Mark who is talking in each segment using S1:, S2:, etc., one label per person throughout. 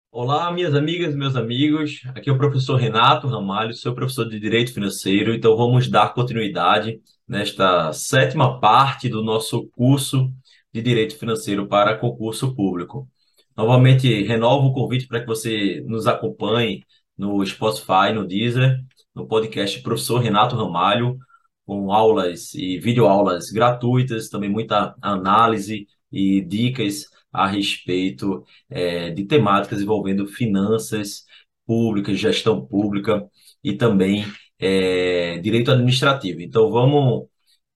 S1: Olá, minhas amigas, meus amigos. Aqui é o professor Renato Ramalho, sou professor de Direito Financeiro. Então, vamos dar continuidade nesta sétima parte do nosso curso de Direito Financeiro para concurso público. Novamente, renovo o convite para que você nos acompanhe no Spotify, no Deezer, no podcast Professor Renato Ramalho, com aulas e videoaulas gratuitas, também muita análise e dicas a respeito de temáticas envolvendo finanças públicas, gestão pública e também direito administrativo. Então, vamos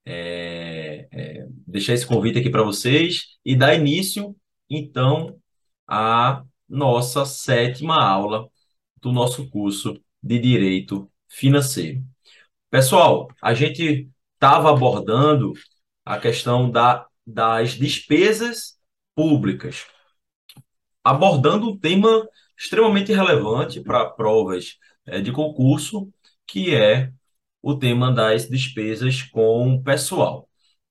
S1: deixar esse convite aqui para vocês e dar início, então, à nossa sétima aula do nosso curso de Direito Financeiro. Pessoal, a gente estava abordando a questão das despesas públicas, abordando um tema extremamente relevante para provas de concurso, que é o tema das despesas com o pessoal.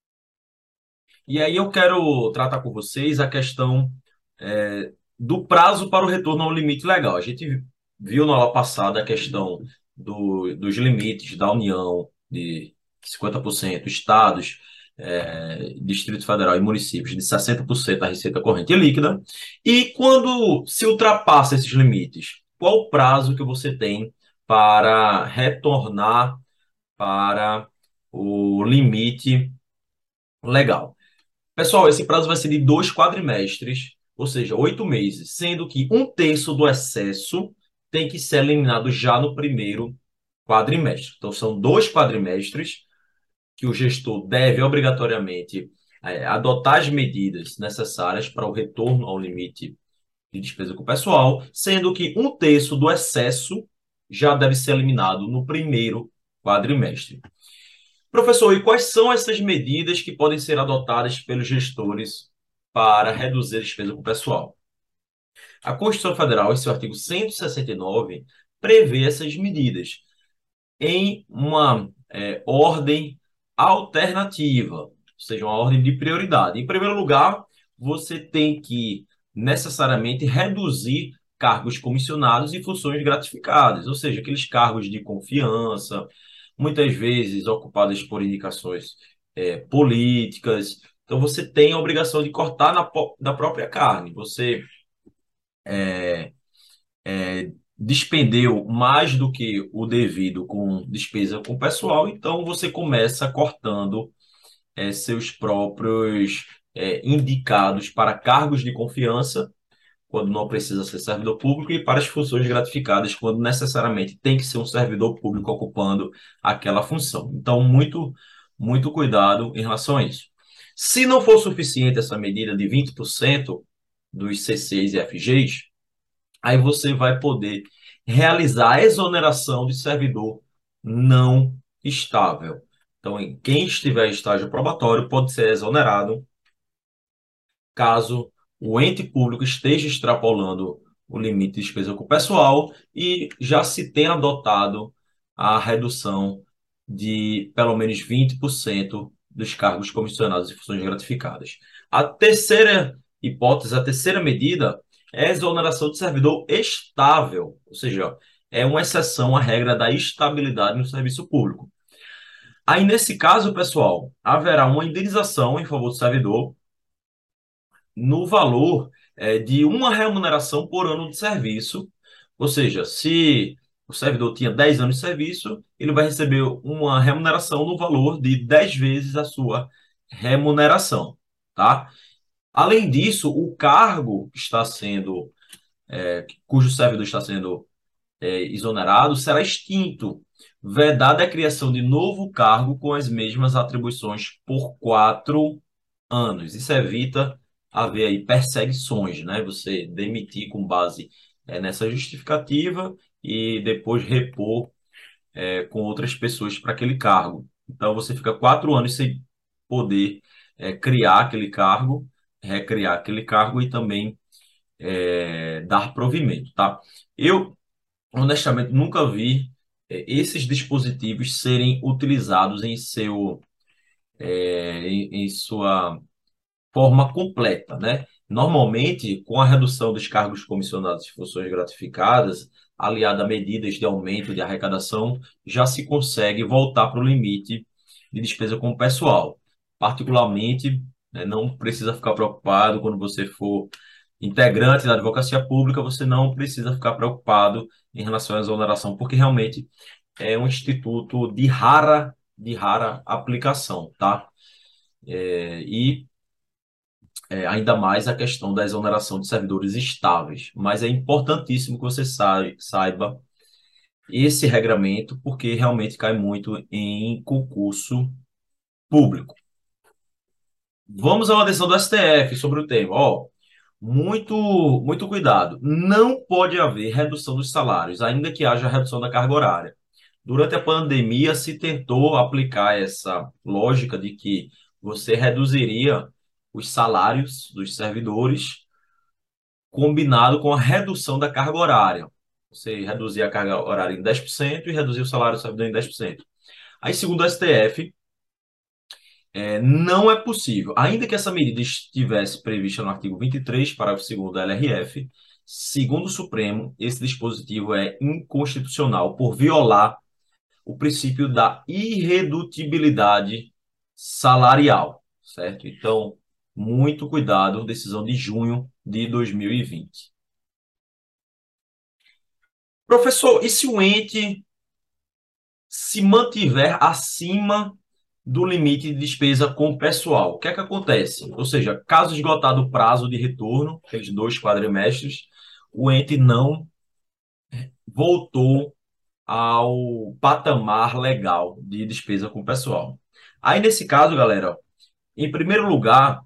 S1: E aí eu quero tratar com vocês a questão do prazo para o retorno ao limite legal. A gente viu na aula passada a questão dos limites da União de 50%, estados, Distrito Federal e municípios de 60% da receita corrente líquida. E quando se ultrapassa esses limites, qual o prazo que você tem para retornar para o limite legal? Pessoal, esse prazo vai ser de 2 quadrimestres, ou seja, 8 meses, sendo que um terço do excesso tem que ser eliminado já no primeiro quadrimestre. Então, são 2 quadrimestres que o gestor deve obrigatoriamente adotar as medidas necessárias para o retorno ao limite de despesa com o pessoal, sendo que um terço do excesso já deve ser eliminado no primeiro quadrimestre. Professor, e quais são essas medidas que podem ser adotadas pelos gestores para reduzir a despesa com o pessoal? A Constituição Federal, em seu artigo 169, prevê essas medidas em uma ordem alternativa, ou seja, uma ordem de prioridade. Em primeiro lugar, você tem que necessariamente reduzir cargos comissionados e funções gratificadas, ou seja, aqueles cargos de confiança, muitas vezes ocupadas por indicações políticas. Então, você tem a obrigação de cortar da própria carne. Você despendeu mais do que o devido com despesa com o pessoal, então você começa cortando seus próprios indicados para cargos de confiança, quando não precisa ser servidor público, e para as funções gratificadas, quando necessariamente tem que ser um servidor público ocupando aquela função. Então, muito cuidado em relação a isso. Se não for suficiente essa medida de 20% dos CCs e FGs, aí você vai poder realizar a exoneração de servidor não estável. Então, quem estiver em estágio probatório pode ser exonerado caso o ente público esteja extrapolando o limite de despesa com o pessoal e já se tenha adotado a redução de pelo menos 20% dos cargos comissionados e funções gratificadas. A terceira hipótese, a terceira medida é a exoneração de servidor estável, ou seja, é uma exceção à regra da estabilidade no serviço público. Aí, nesse caso, pessoal, haverá uma indenização em favor do servidor no valor de uma remuneração por ano de serviço. Ou seja, se o servidor tinha 10 anos de serviço, ele vai receber uma remuneração no valor de 10 vezes a sua remuneração, tá? Além disso, o cargo que está sendo, cujo servidor está sendo exonerado será extinto, vedada a criação de novo cargo com as mesmas atribuições por 4 anos. Isso evita haver aí perseguições, né? Você demitir com base nessa justificativa e depois repor com outras pessoas para aquele cargo. Então você fica 4 anos sem poder criar aquele cargo, recriar aquele cargo e também dar provimento, tá? Eu honestamente nunca vi esses dispositivos serem utilizados em sua forma completa, né? Normalmente, com a redução dos cargos comissionados e funções gratificadas, aliada a medidas de aumento de arrecadação, já se consegue voltar para o limite de despesa com o pessoal. Particularmente, né, não precisa ficar preocupado quando você for integrante da advocacia pública, você não precisa ficar preocupado em relação à exoneração, porque realmente é um instituto de rara aplicação, tá? E ainda mais a questão da exoneração de servidores estáveis. Mas é importantíssimo que você saiba esse regramento, porque realmente cai muito em concurso público. Vamos a uma decisão do STF sobre o tema. Ó, muito, muito cuidado. Não pode haver redução dos salários, ainda que haja redução da carga horária. Durante a pandemia, se tentou aplicar essa lógica de que você reduziria os salários dos servidores combinado com a redução da carga horária. Você reduzia a carga horária em 10% e reduzia o salário do servidor em 10%. Aí, segundo o STF, não é possível, ainda que essa medida estivesse prevista no artigo 23, parágrafo 2º da LRF, segundo o Supremo, esse dispositivo é inconstitucional por violar o princípio da irredutibilidade salarial, certo? Então, muito cuidado, decisão de junho de 2020. Professor, e se o ente se mantiver acima do limite de despesa com o pessoal? O que é que acontece? Ou seja, caso esgotado o prazo de retorno, aqueles 2 quadrimestres, o ente não voltou ao patamar legal de despesa com o pessoal. Aí, nesse caso, galera, em primeiro lugar,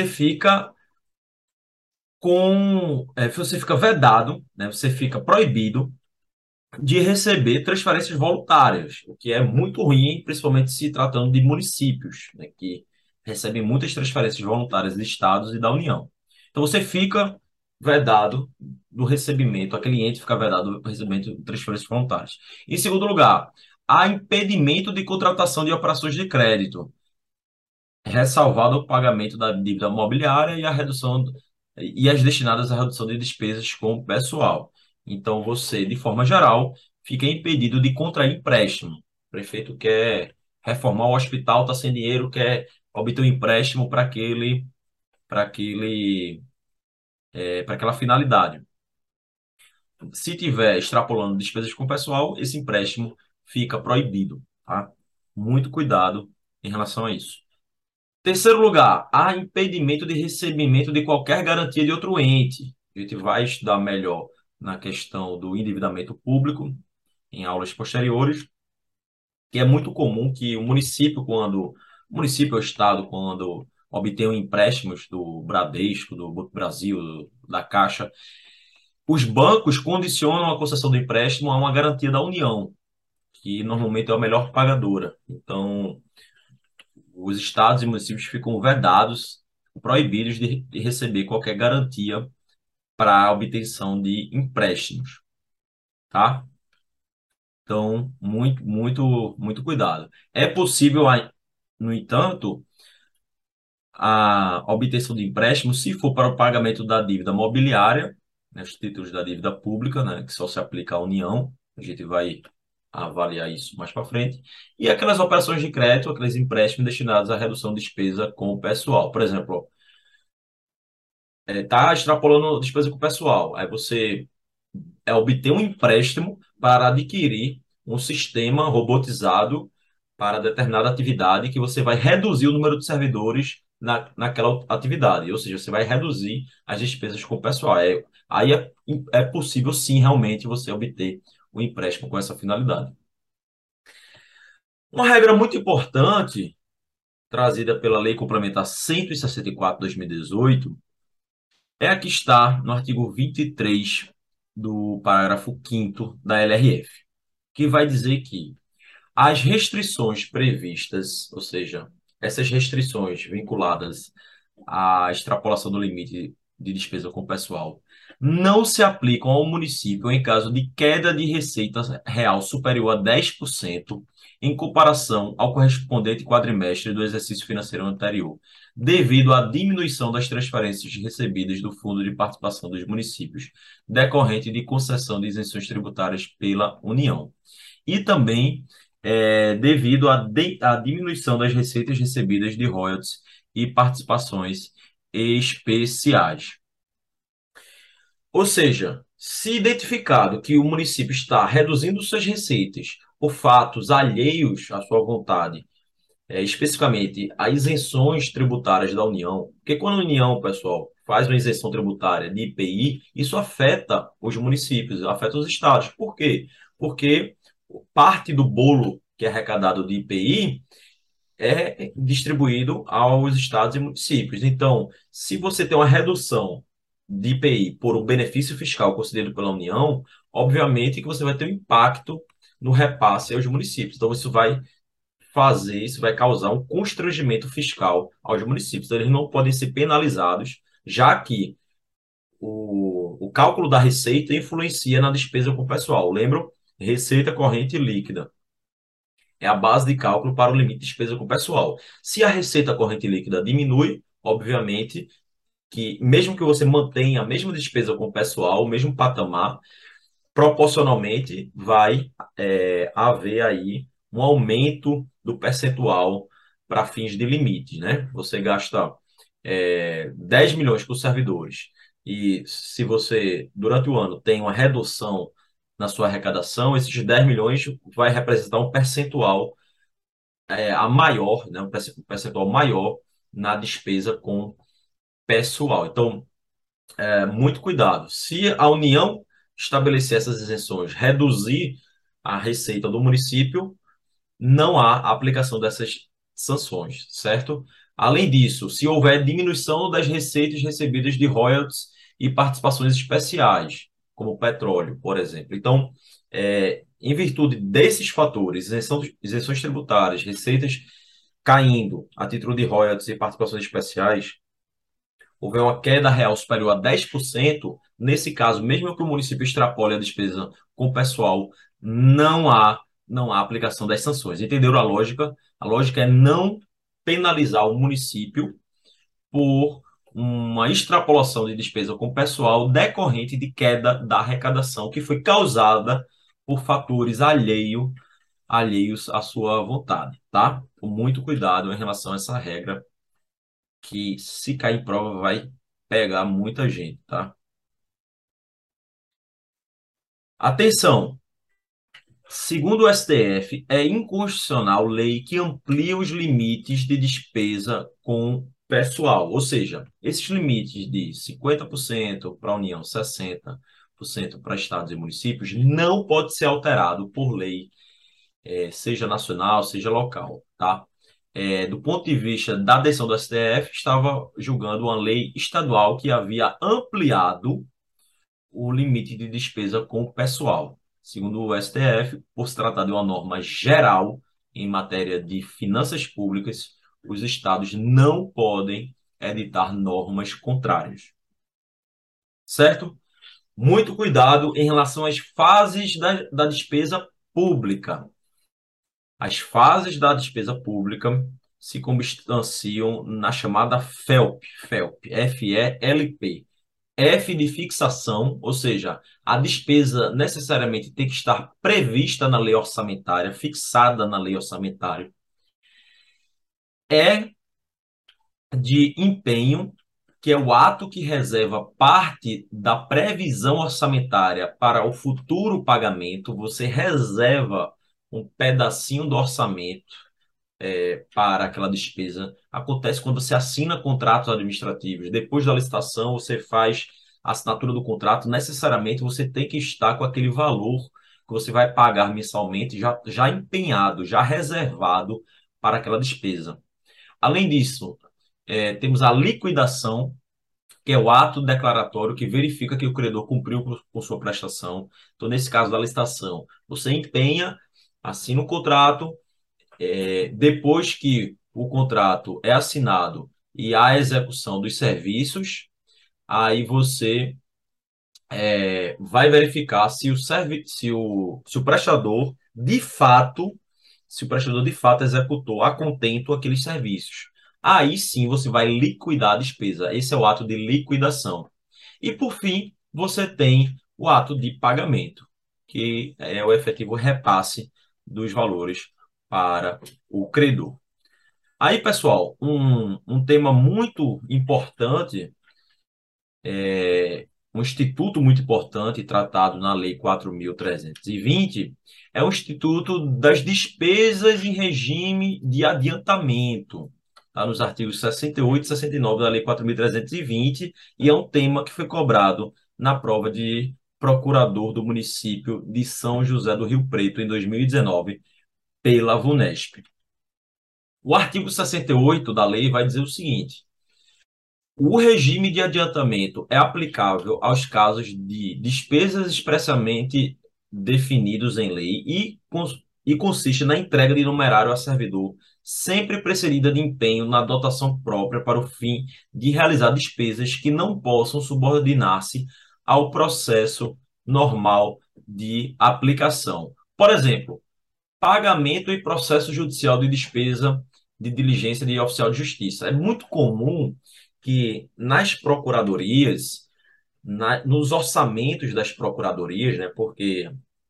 S1: você fica vedado, né? Você fica proibido de receber transferências voluntárias, o que é muito ruim, principalmente se tratando de municípios, né, que recebem muitas transferências voluntárias de estados e da União. Então você fica vedado do recebimento, a cliente fica vedado do recebimento de transferências voluntárias. Em segundo lugar, há impedimento de contratação de operações de crédito, ressalvado o pagamento da dívida mobiliária e as destinadas à redução de despesas com o pessoal. Então, você, de forma geral, fica impedido de contrair empréstimo. O prefeito quer reformar o hospital, está sem dinheiro, quer obter um empréstimo para aquela finalidade. Se tiver extrapolando despesas com o pessoal, esse empréstimo fica proibido, tá? Muito cuidado em relação a isso. Terceiro lugar, há impedimento de recebimento de qualquer garantia de outro ente. A gente vai estudar melhor na questão do endividamento público em aulas posteriores, que é muito comum que o município ou o estado, quando obtém empréstimos do Bradesco, do Banco do Brasil, da Caixa, os bancos condicionam a concessão do empréstimo a uma garantia da União, que normalmente é a melhor pagadora. Então, os estados e municípios ficam vedados, proibidos de receber qualquer garantia para a obtenção de empréstimos, tá? Então, muito, muito, muito cuidado. É possível, no entanto, a obtenção de empréstimo se for para o pagamento da dívida mobiliária, né, os títulos da dívida pública, né, que só se aplica à União. A gente vai avaliar isso mais para frente. E aquelas operações de crédito, aqueles empréstimos destinados à redução de despesa com o pessoal. Por exemplo, está extrapolando despesa com o pessoal. Aí você obter um empréstimo para adquirir um sistema robotizado para determinada atividade que você vai reduzir o número de servidores naquela atividade. Ou seja, você vai reduzir as despesas com o pessoal. Aí é possível, sim, realmente você obter o empréstimo com essa finalidade. Uma regra muito importante, trazida pela Lei Complementar 164/2018, é a que está no artigo 23 do parágrafo 5º da LRF, que vai dizer que as restrições previstas, ou seja, essas restrições vinculadas à extrapolação do limite de despesa com pessoal não se aplicam ao município em caso de queda de receita real superior a 10% em comparação ao correspondente quadrimestre do exercício financeiro anterior, devido à diminuição das transferências recebidas do Fundo de Participação dos Municípios, decorrente de concessão de isenções tributárias pela União. E também devido à diminuição das receitas recebidas de royalties e participações especiais. Ou seja, se identificado que o município está reduzindo suas receitas por fatos alheios à sua vontade, especificamente a isenções tributárias da União, porque quando a União, pessoal, faz uma isenção tributária de IPI, isso afeta os municípios, afeta os estados. Por quê? Porque parte do bolo que é arrecadado de IPI é distribuído aos estados e municípios. Então, se você tem uma redução de IPI por um benefício fiscal concedido pela União, obviamente que você vai ter um impacto no repasse aos municípios. Então, isso vai causar um constrangimento fiscal aos municípios. Então, eles não podem ser penalizados, já que o cálculo da receita influencia na despesa com o pessoal. Lembram? Receita corrente líquida é a base de cálculo para o limite de despesa com o pessoal. Se a receita corrente líquida diminui, obviamente que mesmo que você mantenha a mesma despesa com o pessoal, o mesmo patamar, proporcionalmente vai haver aí um aumento do percentual para fins de limites, né? Você gasta 10 milhões com os servidores e se você, durante o ano, tem uma redução na sua arrecadação, esses 10 milhões vai representar um percentual a maior, né? Um percentual maior na despesa com pessoal. Então, muito cuidado. Se a União estabelecer essas isenções, reduzir a receita do município, não há aplicação dessas sanções, certo? Além disso, se houver diminuição das receitas recebidas de royalties e participações especiais, como o petróleo, por exemplo. Então, em virtude desses fatores, isenções tributárias, receitas caindo a título de royalties e participações especiais, houver uma queda real superior a 10%, nesse caso, mesmo que o município extrapole a despesa com o pessoal, não há, não há aplicação das sanções. Entenderam a lógica? A lógica é não penalizar o município por uma extrapolação de despesa com o pessoal decorrente de queda da arrecadação que foi causada por fatores alheios à sua vontade, tá? Com muito cuidado em relação a essa regra que se cair em prova vai pegar muita gente, tá? Atenção! Segundo o STF, é inconstitucional lei que amplia os limites de despesa com pessoal, ou seja, esses limites de 50% para a União, 60% para estados e municípios, não pode ser alterado por lei, seja nacional, seja local, tá? Do ponto de vista da decisão do STF, estava julgando uma lei estadual que havia ampliado o limite de despesa com o pessoal. Segundo o STF, por se tratar de uma norma geral em matéria de finanças públicas, os estados não podem editar normas contrárias. Certo? Muito cuidado em relação às fases da despesa pública. As fases da despesa pública se substanciam na chamada FELP, F-E-L-P. F de fixação, ou seja, a despesa necessariamente tem que estar prevista na lei orçamentária, fixada na lei orçamentária. E de empenho, que é o ato que reserva parte da previsão orçamentária para o futuro pagamento. Você reserva um pedacinho do orçamento para aquela despesa. Acontece quando você assina contratos administrativos. Depois da licitação, você faz a assinatura do contrato. Necessariamente, você tem que estar com aquele valor que você vai pagar mensalmente já empenhado, já reservado para aquela despesa. Além disso, temos a liquidação, que é o ato declaratório que verifica que o credor cumpriu com sua prestação. Então, nesse caso da licitação, você empenha, assina o contrato, depois que o contrato é assinado e há a execução dos serviços, aí você vai verificar se o prestador de fato, se o prestador de fato executou a contento aqueles serviços. Aí sim você vai liquidar a despesa. Esse é o ato de liquidação. E por fim, você tem o ato de pagamento, que é o efetivo repasse dos valores para o credor. Aí, pessoal, um tema muito importante, um instituto muito importante tratado na Lei 4.320, é o Instituto das Despesas em Regime de Adiantamento. Está nos artigos 68 e 69 da Lei 4.320, e é um tema que foi cobrado na prova de procurador do município de São José do Rio Preto em 2019 pela VUNESP. O artigo 68 da lei vai dizer o seguinte: o regime de adiantamento é aplicável aos casos de despesas expressamente definidos em lei e consiste na entrega de numerário a servidor, sempre precedida de empenho na dotação própria para o fim de realizar despesas que não possam subordinar-se ao processo normal de aplicação. Por exemplo, pagamento e processo judicial de despesa de diligência de oficial de justiça. É muito comum que nas procuradorias, nos orçamentos das procuradorias, né, porque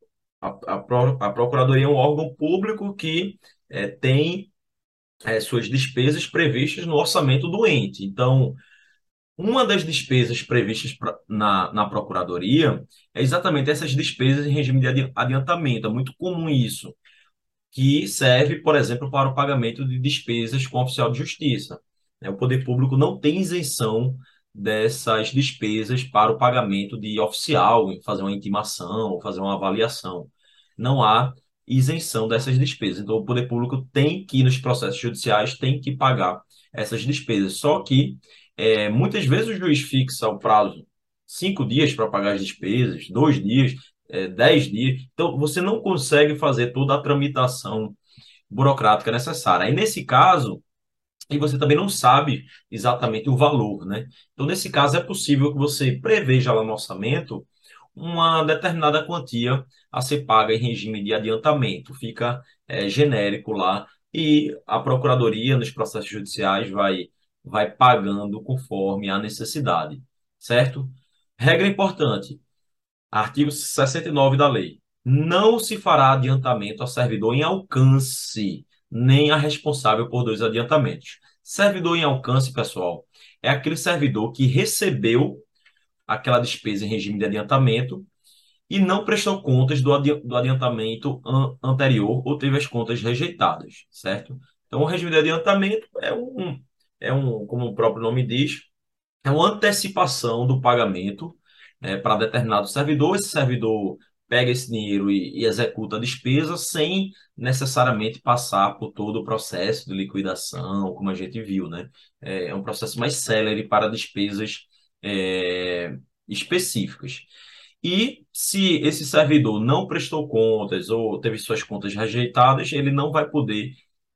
S1: a procuradoria é um órgão público que tem suas despesas previstas no orçamento do ente. Então, uma das despesas previstas na procuradoria é exatamente essas despesas em regime de adiantamento. É muito comum isso, que serve, por exemplo, para o pagamento de despesas com o oficial de justiça. O poder público não tem isenção dessas despesas para o pagamento de oficial, fazer uma intimação ou fazer uma avaliação. Não há isenção dessas despesas. Então, o poder público tem que, nos processos judiciais, tem que pagar essas despesas. Só que, muitas vezes, o juiz fixa o prazo 5 dias para pagar as despesas, 2 dias, 10 dias. Então, você não consegue fazer toda a tramitação burocrática necessária. Aí, nesse caso, e você também não sabe exatamente o valor, né? Então, nesse caso, é possível que você preveja lá no orçamento uma determinada quantia a ser paga em regime de adiantamento. Fica, genérico lá, e a procuradoria, nos processos judiciais, vai pagando conforme a necessidade, certo? Regra importante: artigo 69 da lei. Não se fará adiantamento a servidor em alcance, nem a responsável por dois adiantamentos. Servidor em alcance, pessoal, é aquele servidor que recebeu aquela despesa em regime de adiantamento e não prestou contas do adiantamento anterior ou teve as contas rejeitadas, certo? Então, o regime de adiantamento como o próprio nome diz, é uma antecipação do pagamento, para determinado servidor. Esse servidor pega esse dinheiro e executa a despesa sem necessariamente passar por todo o processo de liquidação, como a gente viu, né? É um processo mais célere para despesas específicas. E se esse servidor não prestou contas ou teve suas contas rejeitadas, ele não vai poder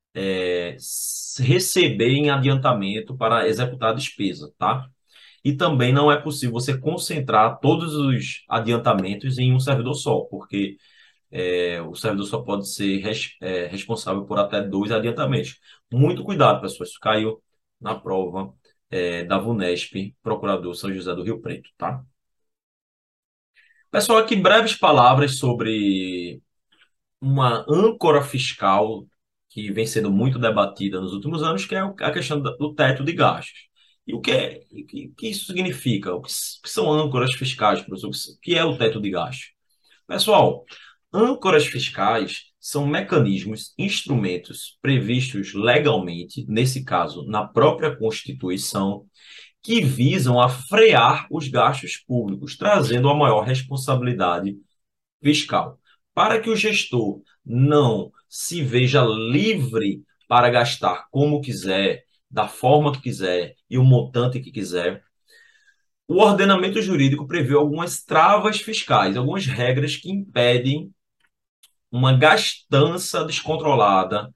S1: receber em adiantamento para executar a despesa, tá? E também não é possível você concentrar todos os adiantamentos em um servidor só, porque o servidor só pode ser responsável por até dois adiantamentos. Muito cuidado, pessoal. Isso caiu na prova da VUNESP, Procurador São José do Rio Preto, tá? Pessoal, aqui breves palavras sobre uma âncora fiscal que vem sendo muito debatida nos últimos anos, que é a questão do teto de gastos. E o que isso significa? O que são âncoras fiscais, professor? O que é o teto de gastos? Pessoal, âncoras fiscais são mecanismos, instrumentos previstos legalmente, nesse caso, na própria Constituição, que visam a frear os gastos públicos, trazendo a maior responsabilidade fiscal. Para que o gestor não se veja livre para gastar como quiser, da forma que quiser e o montante que quiser, o ordenamento jurídico prevê algumas travas fiscais, algumas regras que impedem uma gastança descontrolada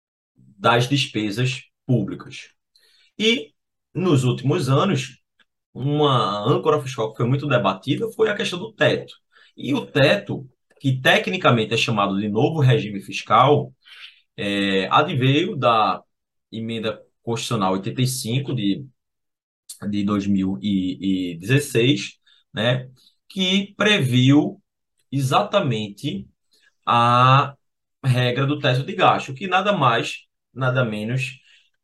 S1: das despesas públicas. E, nos últimos anos, uma âncora fiscal que foi muito debatida foi a questão do teto. E o teto, que tecnicamente é chamado de novo regime fiscal, adveio da emenda constitucional 85 de 2016, né, que previu exatamente a regra do teto de gasto, que nada mais, nada menos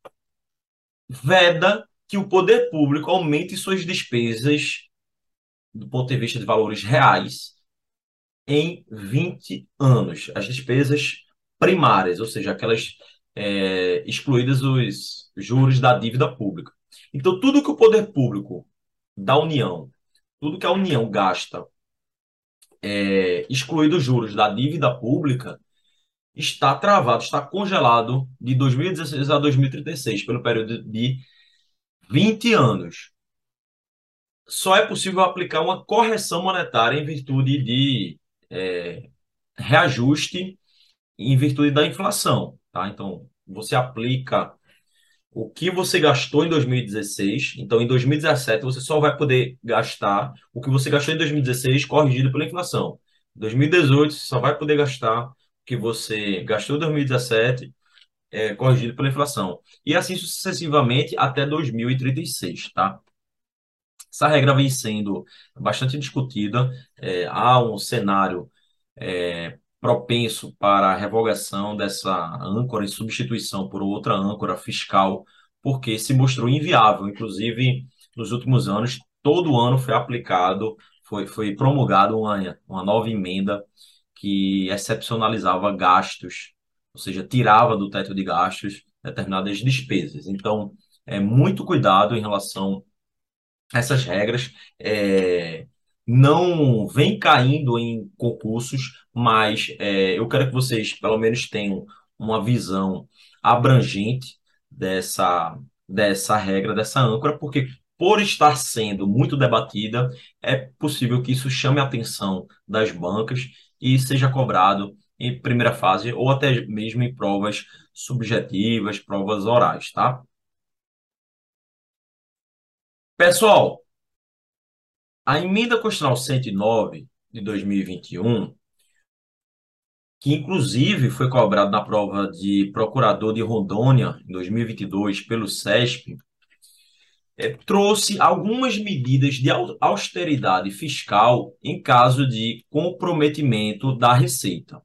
S1: veda que o poder público aumente suas despesas do ponto de vista de valores reais em 20 anos. As despesas primárias, ou seja, aquelas excluídas os juros da dívida pública. Então, tudo que o poder público da União, tudo que a União gasta, excluído os juros da dívida pública, está travado, está congelado de 2016 a 2036, pelo período de 20 anos. Só é possível aplicar uma correção monetária em virtude de reajuste, em virtude da inflação, tá? Então, você aplica o que você gastou em 2016, então em 2017 você só vai poder gastar o que você gastou em 2016 corrigido pela inflação. Em 2018 você só vai poder gastar o que você gastou em 2017 corrigido pela inflação. E assim sucessivamente até 2036, tá? Essa regra vem sendo bastante discutida. Há um cenário propenso para a revogação dessa âncora em substituição por outra âncora fiscal, porque se mostrou inviável. Inclusive, nos últimos anos, todo ano foi aplicado, foi promulgada uma nova emenda que excepcionalizava gastos, ou seja, tirava do teto de gastos determinadas despesas. Então, muito cuidado em relação essas regras não vêm caindo em concursos, mas eu quero que vocês, pelo menos, tenham uma visão abrangente dessa regra, dessa âncora, porque por estar sendo muito debatida, é possível que isso chame a atenção das bancas e seja cobrado em primeira fase ou até mesmo em provas subjetivas, provas orais, tá? Pessoal, a emenda constitucional 109 de 2021, que inclusive foi cobrada na prova de procurador de Rondônia em 2022 pelo CESP, trouxe algumas medidas de austeridade fiscal em caso de comprometimento da Receita.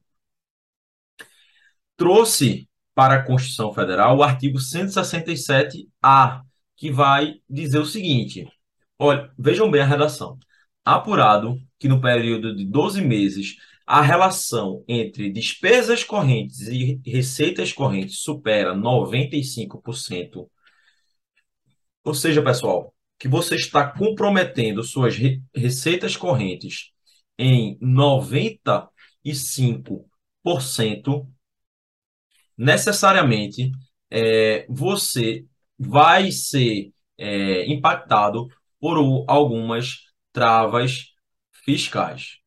S1: Trouxe para a Constituição Federal o artigo 167-A, que vai dizer o seguinte: olha, vejam bem a redação. Apurado que no período de 12 meses a relação entre despesas correntes e receitas correntes supera 95%, ou seja, pessoal, que você está comprometendo suas receitas correntes em 95%, necessariamente você vai ser impactado por algumas travas fiscais.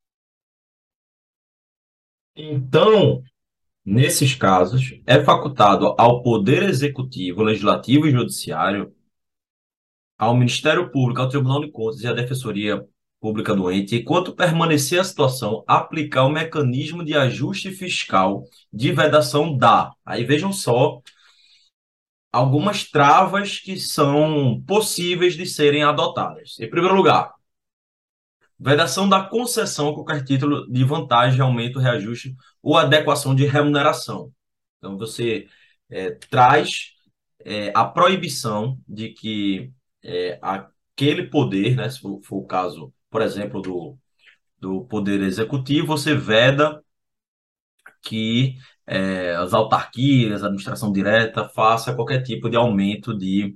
S1: Então, nesses casos, é facultado ao Poder Executivo, Legislativo e Judiciário, ao Ministério Público, ao Tribunal de Contas e à Defensoria Pública do ente, enquanto permanecer a situação, aplicar o mecanismo de ajuste fiscal de vedação da. Aí vejam só algumas travas que são possíveis de serem adotadas. Em primeiro lugar, vedação da concessão a qualquer título de vantagem, aumento, reajuste ou adequação de remuneração. Então, você traz a proibição de que aquele poder, né, se for o caso, por exemplo, do Poder Executivo, você veda que as autarquias, a administração direta, faça qualquer tipo de aumento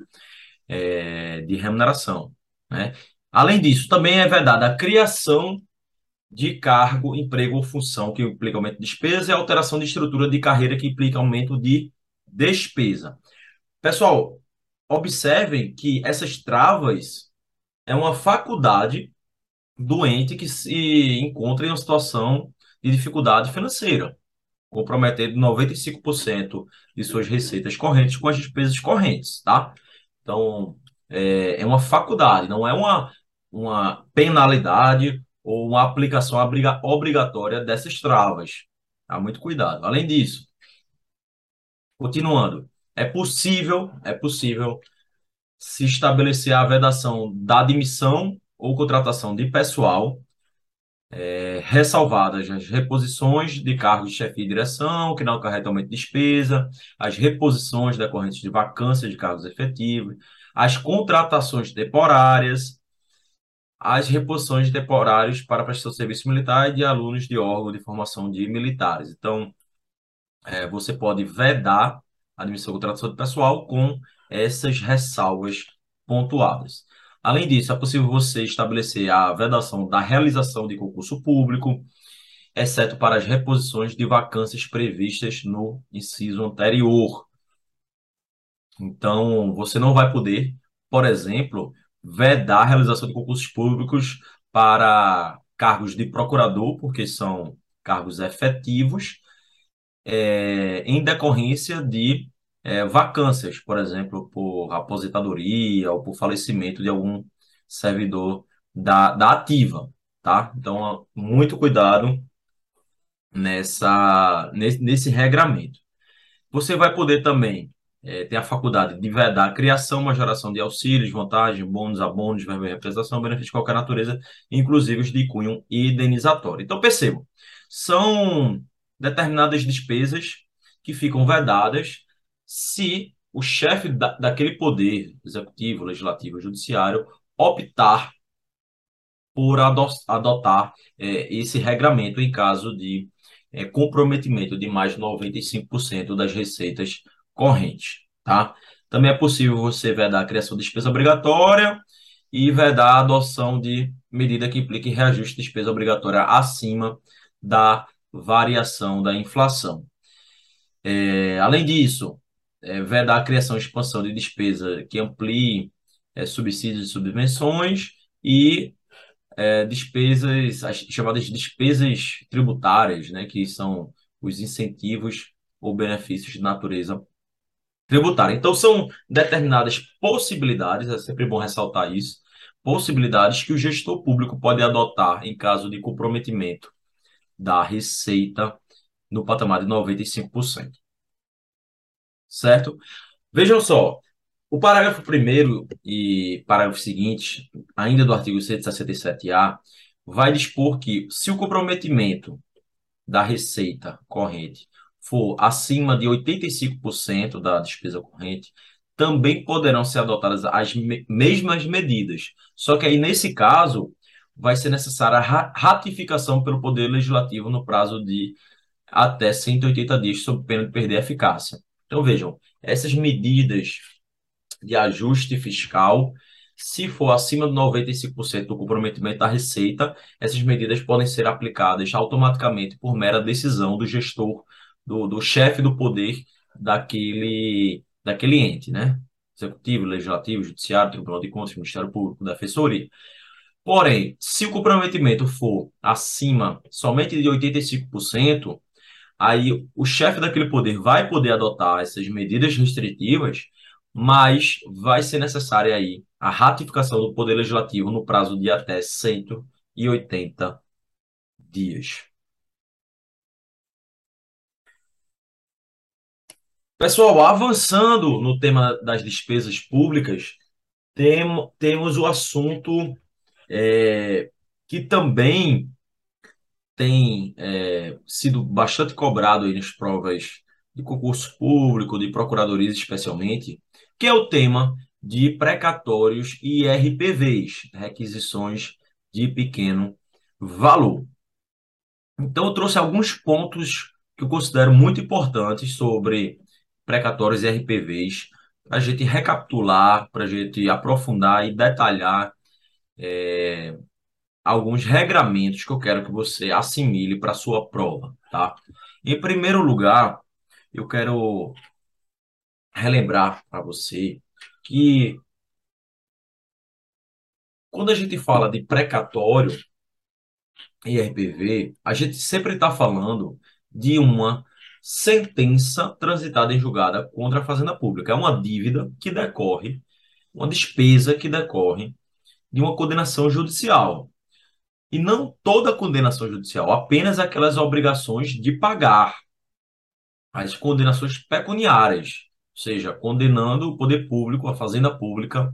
S1: de remuneração, né? Além disso, também é vedada a criação de cargo, emprego ou função que implica aumento de despesa e a alteração de estrutura de carreira que implica aumento de despesa. Pessoal, observem que essas travas é uma faculdade do ente que se encontra em uma situação de dificuldade financeira, comprometendo 95% de suas receitas correntes com as despesas correntes, tá? Então, é uma faculdade, não é uma penalidade ou uma aplicação obrigatória dessas travas. Tá? Muito cuidado. Além disso, continuando, é possível se estabelecer a vedação da admissão ou contratação de pessoal, ressalvadas as reposições de cargos de chefia e direção, que não acarretam aumento de despesa, as reposições decorrentes de vacâncias de cargos efetivos, as contratações temporárias, as reposições de temporários para prestação de serviço militar e de alunos de órgão de formação de militares. Então, você pode vedar a admissão ou contratação de pessoal com essas ressalvas pontuadas. Além disso, é possível você estabelecer a vedação da realização de concurso público, exceto para as reposições de vacâncias previstas no inciso anterior. Então, você não vai poder, por exemplo, vedar a realização de concursos públicos para cargos de procurador, porque são cargos efetivos, em decorrência de vacâncias, por exemplo, por aposentadoria ou por falecimento de algum servidor da ativa, tá? Então, muito cuidado nesse regramento. Você vai poder também ter a faculdade de vedar a criação, majoração de auxílios, vantagens, bônus, abonos, verba de representação, benefícios de qualquer natureza, inclusive os de cunho indenizatório. Então, percebam, são determinadas despesas que ficam vedadas se o chefe daquele poder executivo, legislativo, judiciário optar por adotar esse regramento em caso de comprometimento de mais de 95% das receitas correntes, tá? Também é possível você vedar a criação de despesa obrigatória e vedar a adoção de medida que implique reajuste de despesa obrigatória acima da variação da inflação. Além disso, vedar a criação e expansão de despesa que amplie subsídios e subvenções e despesas, as chamadas despesas tributárias, né, que são os incentivos ou benefícios de natureza tributária. Então, são determinadas possibilidades, é sempre bom ressaltar isso, possibilidades que o gestor público pode adotar em caso de comprometimento da receita no patamar de 95%, certo? Vejam só, o parágrafo primeiro e parágrafo seguinte, ainda do artigo 167-A, vai dispor que, se o comprometimento da receita corrente for acima de 85% da despesa corrente, também poderão ser adotadas as mesmas medidas. Só que aí, nesse caso, vai ser necessária a ratificação pelo Poder Legislativo no prazo de até 180 dias, sob pena de perder a eficácia. Então, vejam, essas medidas de ajuste fiscal, se for acima de 95% do comprometimento da receita, essas medidas podem ser aplicadas automaticamente por mera decisão do gestor, do chefe do poder daquele ente, né? Executivo, Legislativo, Judiciário, Tribunal de Contas, Ministério Público, Defensoria. Porém, se o comprometimento for acima somente de 85%, aí o chefe daquele poder vai poder adotar essas medidas restritivas, mas vai ser necessária aí a ratificação do Poder Legislativo no prazo de até 180 dias. Pessoal, avançando no tema das despesas públicas, temos o assunto que também tem sido bastante cobrado aí nas provas de concurso público, de procuradorias especialmente, que é o tema de precatórios e RPVs, requisições de pequeno valor. Então, eu trouxe alguns pontos que eu considero muito importantes sobre precatórios e RPVs, para a gente recapitular, para a gente aprofundar e detalhar alguns regramentos que eu quero que você assimile para a sua prova, tá? Em primeiro lugar, eu quero relembrar para você que quando a gente fala de precatório e RPV, a gente sempre está falando de uma sentença transitada em julgada contra a Fazenda Pública. É uma dívida que decorre uma despesa que decorre de uma condenação judicial. E não toda condenação judicial, apenas aquelas obrigações de pagar, as condenações pecuniárias, ou seja, condenando o poder público, a fazenda pública,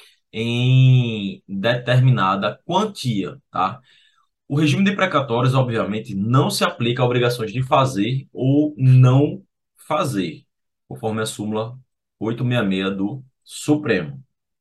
S1: em determinada quantia, tá? O regime de precatórios, obviamente, não se aplica a obrigações de fazer ou não fazer, conforme a súmula 866 do Supremo.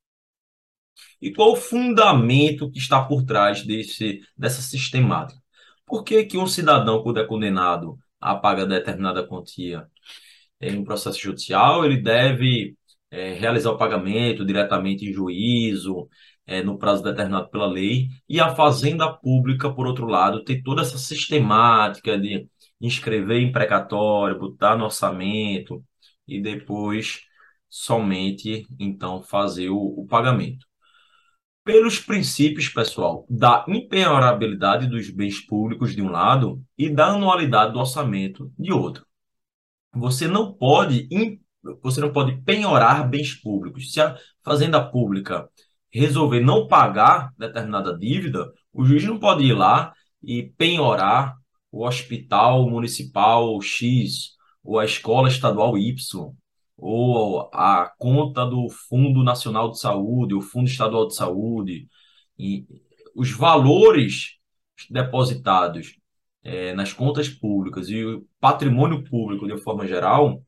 S1: E qual o fundamento que está por trás dessa sistemática? Por que que um cidadão, quando é condenado a pagar determinada quantia em um processo judicial, ele deve realizar o pagamento diretamente em juízo, no prazo determinado pela lei, e a Fazenda Pública, por outro lado, tem toda essa sistemática de inscrever em precatório, botar no orçamento e depois somente então fazer o pagamento. Pelos princípios, pessoal, da impenhorabilidade dos bens públicos de um lado e da anualidade do orçamento de outro. Você não pode, você não pode penhorar bens públicos. Se a fazenda pública resolver não pagar determinada dívida, o juiz não pode ir lá e penhorar o hospital municipal X, ou a escola estadual Y, ou a conta do Fundo Nacional de Saúde, o Fundo Estadual de Saúde. E os valores depositados nas contas públicas e o patrimônio público, de forma geral,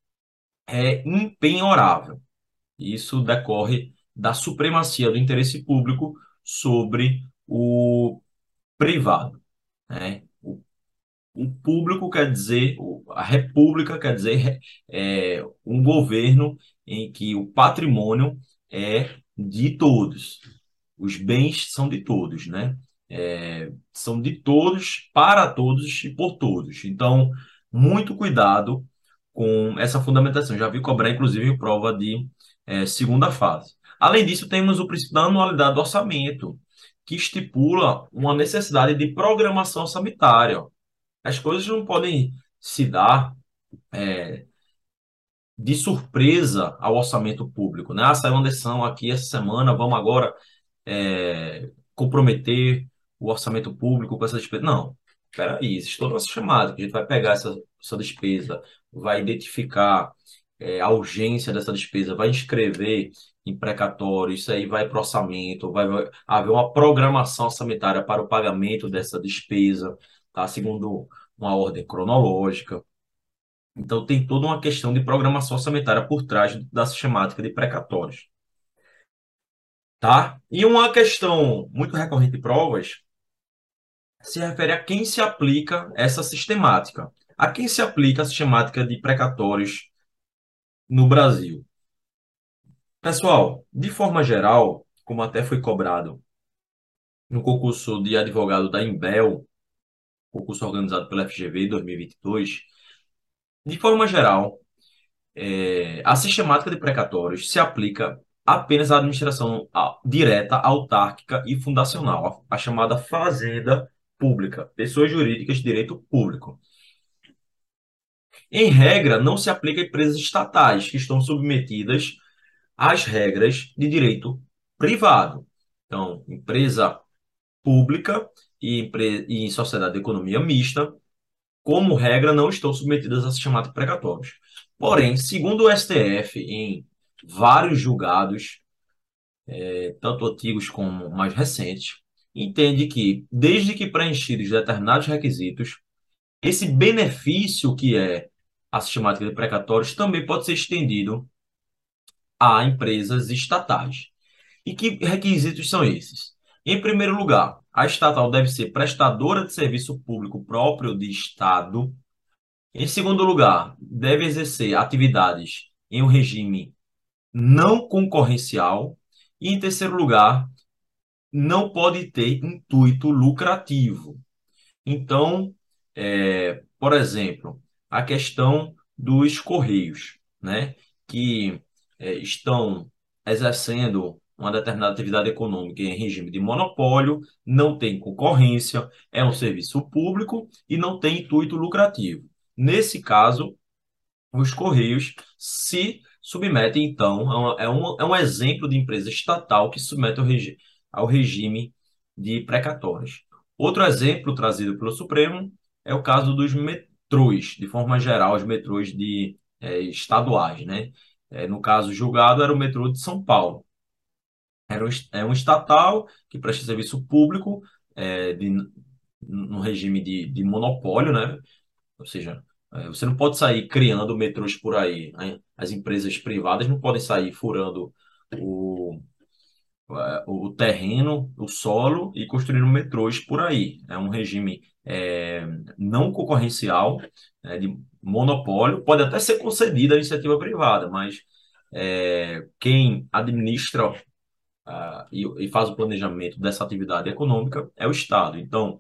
S1: é impenhorável. Isso decorre da supremacia do interesse público sobre o privado, né? O público quer dizer, a república quer dizer um governo em que o patrimônio é de todos. Os bens são de todos, né? São de todos, para todos e por todos. Então, muito cuidado com essa fundamentação. Já vi cobrar, inclusive, em prova de segunda fase. Além disso, temos o princípio da anualidade do orçamento, que estipula uma necessidade de programação orçamentária. As coisas não podem se dar de surpresa ao orçamento público, né? Ah, saiu uma decisão aqui essa semana, vamos agora comprometer o orçamento público com essa despesa. Não, espera aí, existe toda uma chamada que a gente vai pegar essa despesa, vai identificar a urgência dessa despesa, vai inscrever em precatório, isso aí vai para o orçamento, vai haver uma programação orçamentária para o pagamento dessa despesa, tá? Segundo uma ordem cronológica. Então, tem toda uma questão de programação orçamentária por trás da sistemática de precatórios, tá? E uma questão muito recorrente em provas se refere a quem se aplica essa sistemática. A quem se aplica a sistemática de precatórios no Brasil? Pessoal, de forma geral, como até foi cobrado no concurso de advogado da Imbel, concurso organizado pela FGV em 2022, de forma geral, a sistemática de precatórios se aplica apenas à administração direta, autárquica e fundacional, a chamada fazenda pública, pessoas jurídicas de direito público. Em regra, não se aplica a empresas estatais que estão submetidas às regras de direito privado. Então, empresa pública e sociedade de economia mista, como regra, não estão submetidas a chamados precatórios. Porém, segundo o STF, em vários julgados, tanto antigos como mais recentes, entende que, desde que preenchidos determinados requisitos, esse benefício que é a sistemática de precatórios também pode ser estendido a empresas estatais. E que requisitos são esses? Em primeiro lugar, a estatal deve ser prestadora de serviço público próprio de Estado. Em segundo lugar, deve exercer atividades em um regime não concorrencial. E em terceiro lugar, não pode ter intuito lucrativo. Então, por exemplo, a questão dos Correios, né, que estão exercendo uma determinada atividade econômica em regime de monopólio, não tem concorrência, é um serviço público e não tem intuito lucrativo. Nesse caso, os Correios se submete, então, é um exemplo de empresa estatal que submete ao regime de precatórios. Outro exemplo trazido pelo Supremo é o caso dos metrôs, de forma geral, os metrôs estaduais, né? No caso julgado, era o metrô de São Paulo. É um estatal que presta serviço público no regime de monopólio, né? Ou seja, você não pode sair criando metrôs por aí, né? As empresas privadas não podem sair furando o, o terreno, o solo e construindo metrôs por aí. É um regime não concorrencial, de monopólio. Pode até ser concedida à iniciativa privada, mas quem administra e faz o planejamento dessa atividade econômica é o Estado. Então,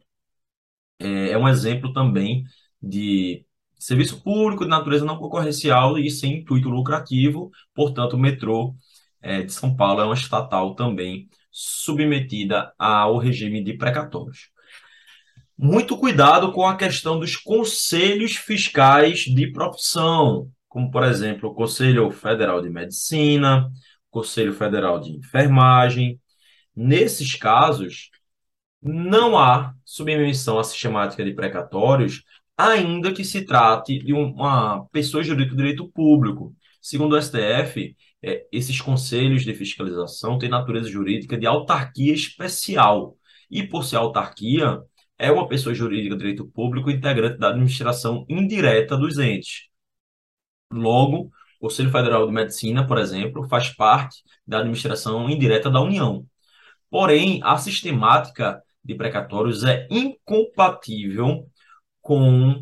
S1: é um exemplo também de serviço público de natureza não concorrencial e sem intuito lucrativo. Portanto, o metrô de São Paulo é uma estatal também submetida ao regime de precatórios. Muito cuidado com a questão dos conselhos fiscais de profissão, como, por exemplo, o Conselho Federal de Medicina, Conselho Federal de Enfermagem. Nesses casos, não há submissão à sistemática de precatórios, ainda que se trate de uma pessoa jurídica de direito público. Segundo o STF, esses conselhos de fiscalização têm natureza jurídica de autarquia especial. E, por ser autarquia, é uma pessoa jurídica de direito público integrante da administração indireta dos entes. Logo, o Conselho Federal de Medicina, por exemplo, faz parte da administração indireta da União. Porém, a sistemática de precatórios é incompatível com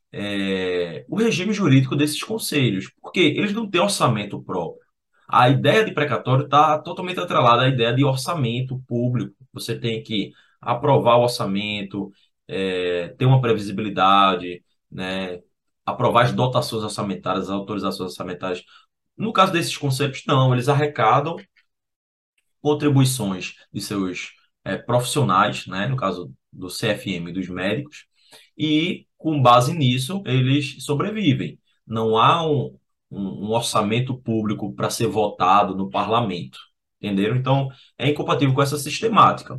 S1: o regime jurídico desses conselhos, porque eles não têm orçamento próprio. A ideia de precatório está totalmente atrelada à ideia de orçamento público. Você tem que aprovar o orçamento, ter uma previsibilidade, né, aprovar as dotações orçamentárias, as autorizações orçamentárias. No caso desses conselhos, não, eles arrecadam contribuições de seus profissionais, né, no caso do CFM e dos médicos, e com base nisso eles sobrevivem. Não há um orçamento público para ser votado no parlamento, entenderam? Então é incompatível com essa sistemática.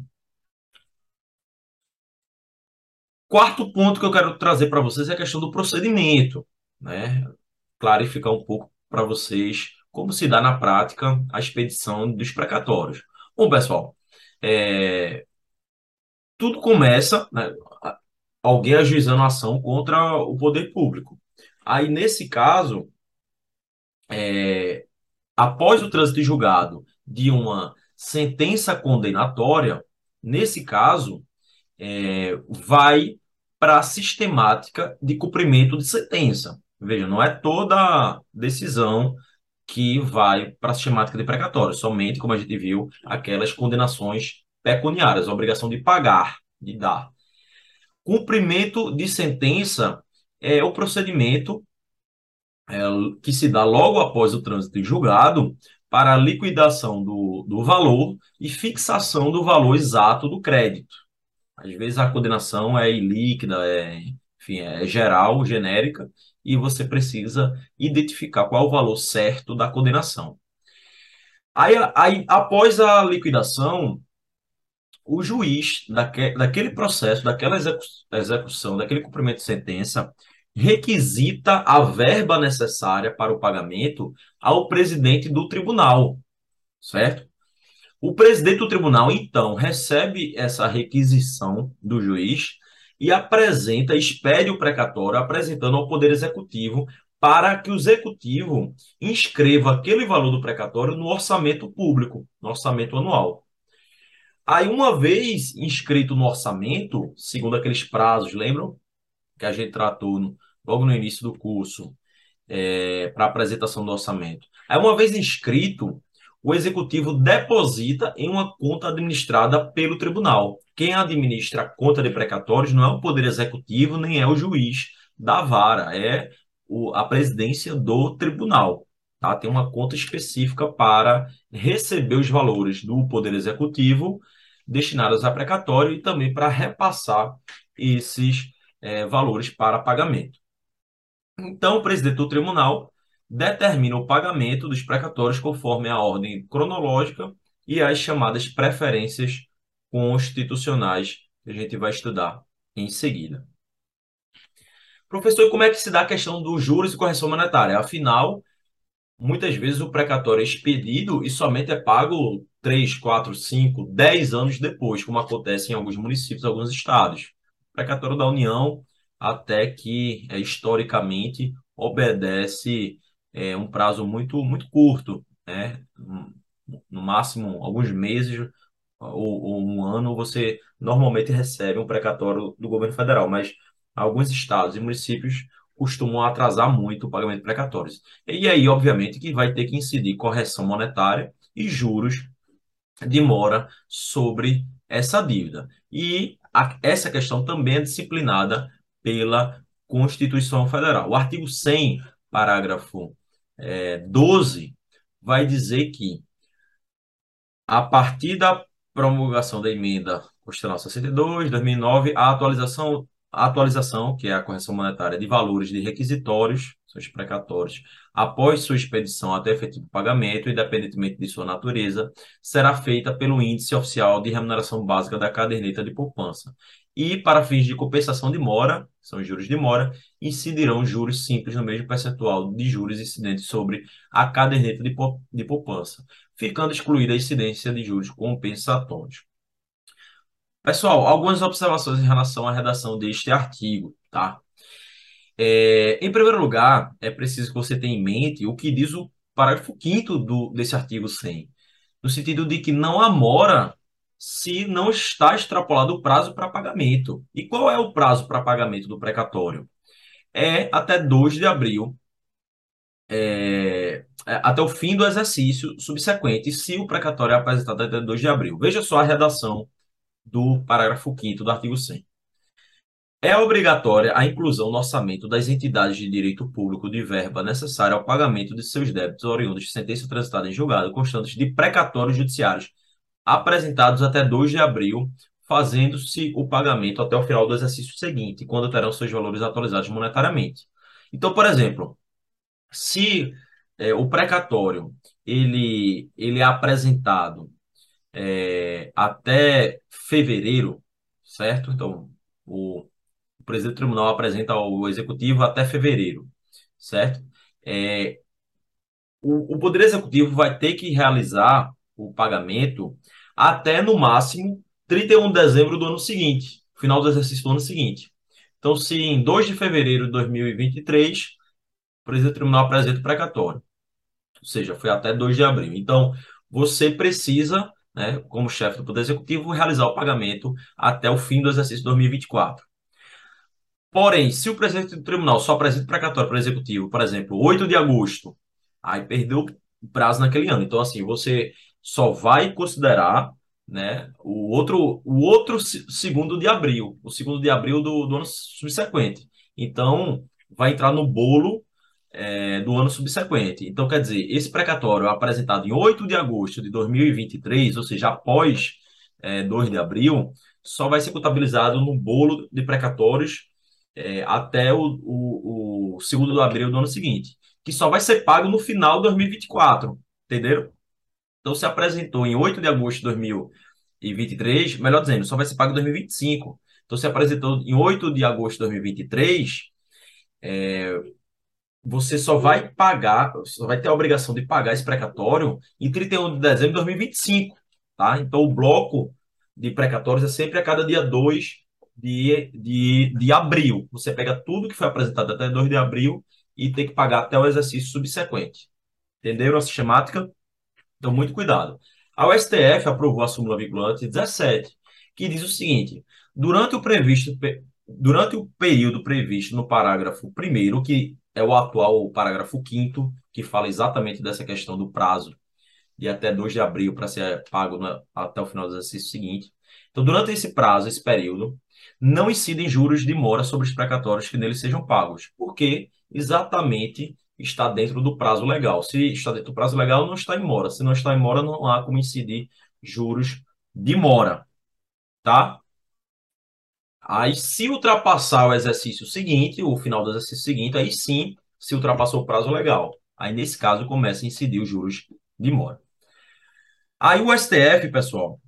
S1: Quarto ponto que eu quero trazer para vocês é a questão do procedimento, né? Clarificar um pouco para vocês como se dá na prática a expedição dos precatórios. Bom, pessoal, é, tudo começa, né, alguém ajuizando a ação contra o poder público. Aí, nesse caso, após o trânsito em julgado de uma sentença condenatória, nesse caso, vai para a sistemática de cumprimento de sentença. Veja, não é toda decisão que vai para a sistemática de precatório, somente, como a gente viu, aquelas condenações pecuniárias, a obrigação de pagar, de dar. Cumprimento de sentença é o procedimento é, que se dá logo após o trânsito em julgado para a liquidação do valor e fixação do valor exato do crédito. Às vezes a condenação é ilíquida, enfim, é geral, genérica, e você precisa identificar qual é o valor certo da condenação. Aí, após a liquidação, o juiz daquele processo, daquela execução, daquele cumprimento de sentença, requisita a verba necessária para o pagamento ao presidente do tribunal, certo? O presidente do tribunal, então, recebe essa requisição do juiz e expede o precatório, apresentando ao Poder Executivo para que o Executivo inscreva aquele valor do precatório no orçamento público, no orçamento anual. Aí, uma vez inscrito no orçamento, segundo aqueles prazos, lembram? Que a gente tratou logo no início do curso, para apresentação do orçamento. Aí, uma vez inscrito, o executivo deposita em uma conta administrada pelo tribunal. Quem administra a conta de precatórios não é o Poder Executivo, nem é o juiz da vara, é a presidência do tribunal. Tá? Tem uma conta específica para receber os valores do Poder Executivo destinados a precatório e também para repassar esses valores para pagamento. Então, o presidente do tribunal determina o pagamento dos precatórios conforme a ordem cronológica e as chamadas preferências constitucionais que a gente vai estudar em seguida. Professor, e como é que se dá a questão dos juros e correção monetária? Afinal, muitas vezes o precatório é expedido e somente é pago 3, 4, 5, 10 anos depois, como acontece em alguns municípios, alguns estados. O precatório da União, até que historicamente obedece um prazo muito curto, né? No máximo alguns meses ou um ano, você normalmente recebe um precatório do governo federal, mas alguns estados e municípios costumam atrasar muito o pagamento de precatórios. E aí, obviamente, que vai ter que incidir correção monetária e juros de mora sobre essa dívida. E essa questão também é disciplinada pela Constituição Federal. O artigo 100, parágrafo 12, vai dizer que a partir da promulgação da emenda Constitucional 62, 2009, a atualização, que é a correção monetária de valores de requisitórios, são os precatórios, após sua expedição até efetivo pagamento, independentemente de sua natureza, será feita pelo Índice Oficial de Remuneração Básica da Caderneta de Poupança. E, para fins de compensação de mora, são os juros de mora, incidirão juros simples no mesmo percentual de juros incidentes sobre a caderneta de poupança, ficando excluída a incidência de juros compensatórios. Pessoal, algumas observações em relação à redação deste artigo, tá? Em primeiro lugar, é preciso que você tenha em mente o que diz o parágrafo 5º desse artigo 100, no sentido de que não há mora se não está extrapolado o prazo para pagamento. E qual é o prazo para pagamento do precatório? É até 2 de abril, até o fim do exercício subsequente, se o precatório é apresentado até 2 de abril. Veja só a redação do parágrafo 5º do artigo 100. É obrigatória a inclusão no orçamento das entidades de direito público de verba necessária ao pagamento de seus débitos oriundos de sentença transitada em julgado, constantes de precatórios judiciários apresentados até 2 de abril, fazendo-se o pagamento até o final do exercício seguinte, quando terão seus valores atualizados monetariamente. Então, por exemplo, se o precatório ele é apresentado até fevereiro, certo? Então, o presidente do tribunal apresenta ao executivo até fevereiro, certo? É, o Poder Executivo vai ter que realizar o pagamento até, no máximo, 31 de dezembro do ano seguinte, final do exercício do ano seguinte. Então, se em 2 de fevereiro de 2023, o presidente do tribunal apresenta o precatório, ou seja, foi até 2 de abril. Então, você precisa, né, como chefe do Poder Executivo, realizar o pagamento até o fim do exercício 2024. Porém, se o presidente do tribunal só apresenta precatório para o executivo, por exemplo, 8 de agosto, aí perdeu o prazo naquele ano. Então, assim, você só vai considerar, né, o outro segundo de abril, o segundo de abril do ano subsequente. Então, vai entrar no bolo, do ano subsequente. Então, quer dizer, esse precatório apresentado em 8 de agosto de 2023, ou seja, após 2 de abril, só vai ser contabilizado no bolo de precatórios até o segundo de abril do ano seguinte, que só vai ser pago no final de 2024, entenderam? Então, se apresentou em 8 de agosto de 2023, melhor dizendo, só vai ser pago em 2025. Então, se apresentou em 8 de agosto de 2023, você só vai pagar, só vai ter a obrigação de pagar esse precatório em 31 de dezembro de 2025, tá? Então, o bloco de precatórios é sempre a cada dia 2 de abril. Você pega tudo que foi apresentado até 2 de abril e tem que pagar até o exercício subsequente. Entenderam a sistemática? Então, muito cuidado. A STF aprovou a súmula vinculante 17, que diz o seguinte: durante o previsto, durante o período previsto no parágrafo primeiro, que é o atual parágrafo quinto, que fala exatamente dessa questão do prazo de até 2 de abril para ser pago até o final do exercício seguinte. Então, durante esse prazo, esse período, não incidem juros de mora sobre os precatórios que neles sejam pagos, porque exatamente está dentro do prazo legal. Se está dentro do prazo legal, não está em mora. Se não está em mora, não há como incidir juros de mora, tá? Aí, se ultrapassar o exercício seguinte, o final do exercício seguinte, aí sim, se ultrapassou o prazo legal. Aí, nesse caso, começa a incidir os juros de mora. Aí o STF, pessoal,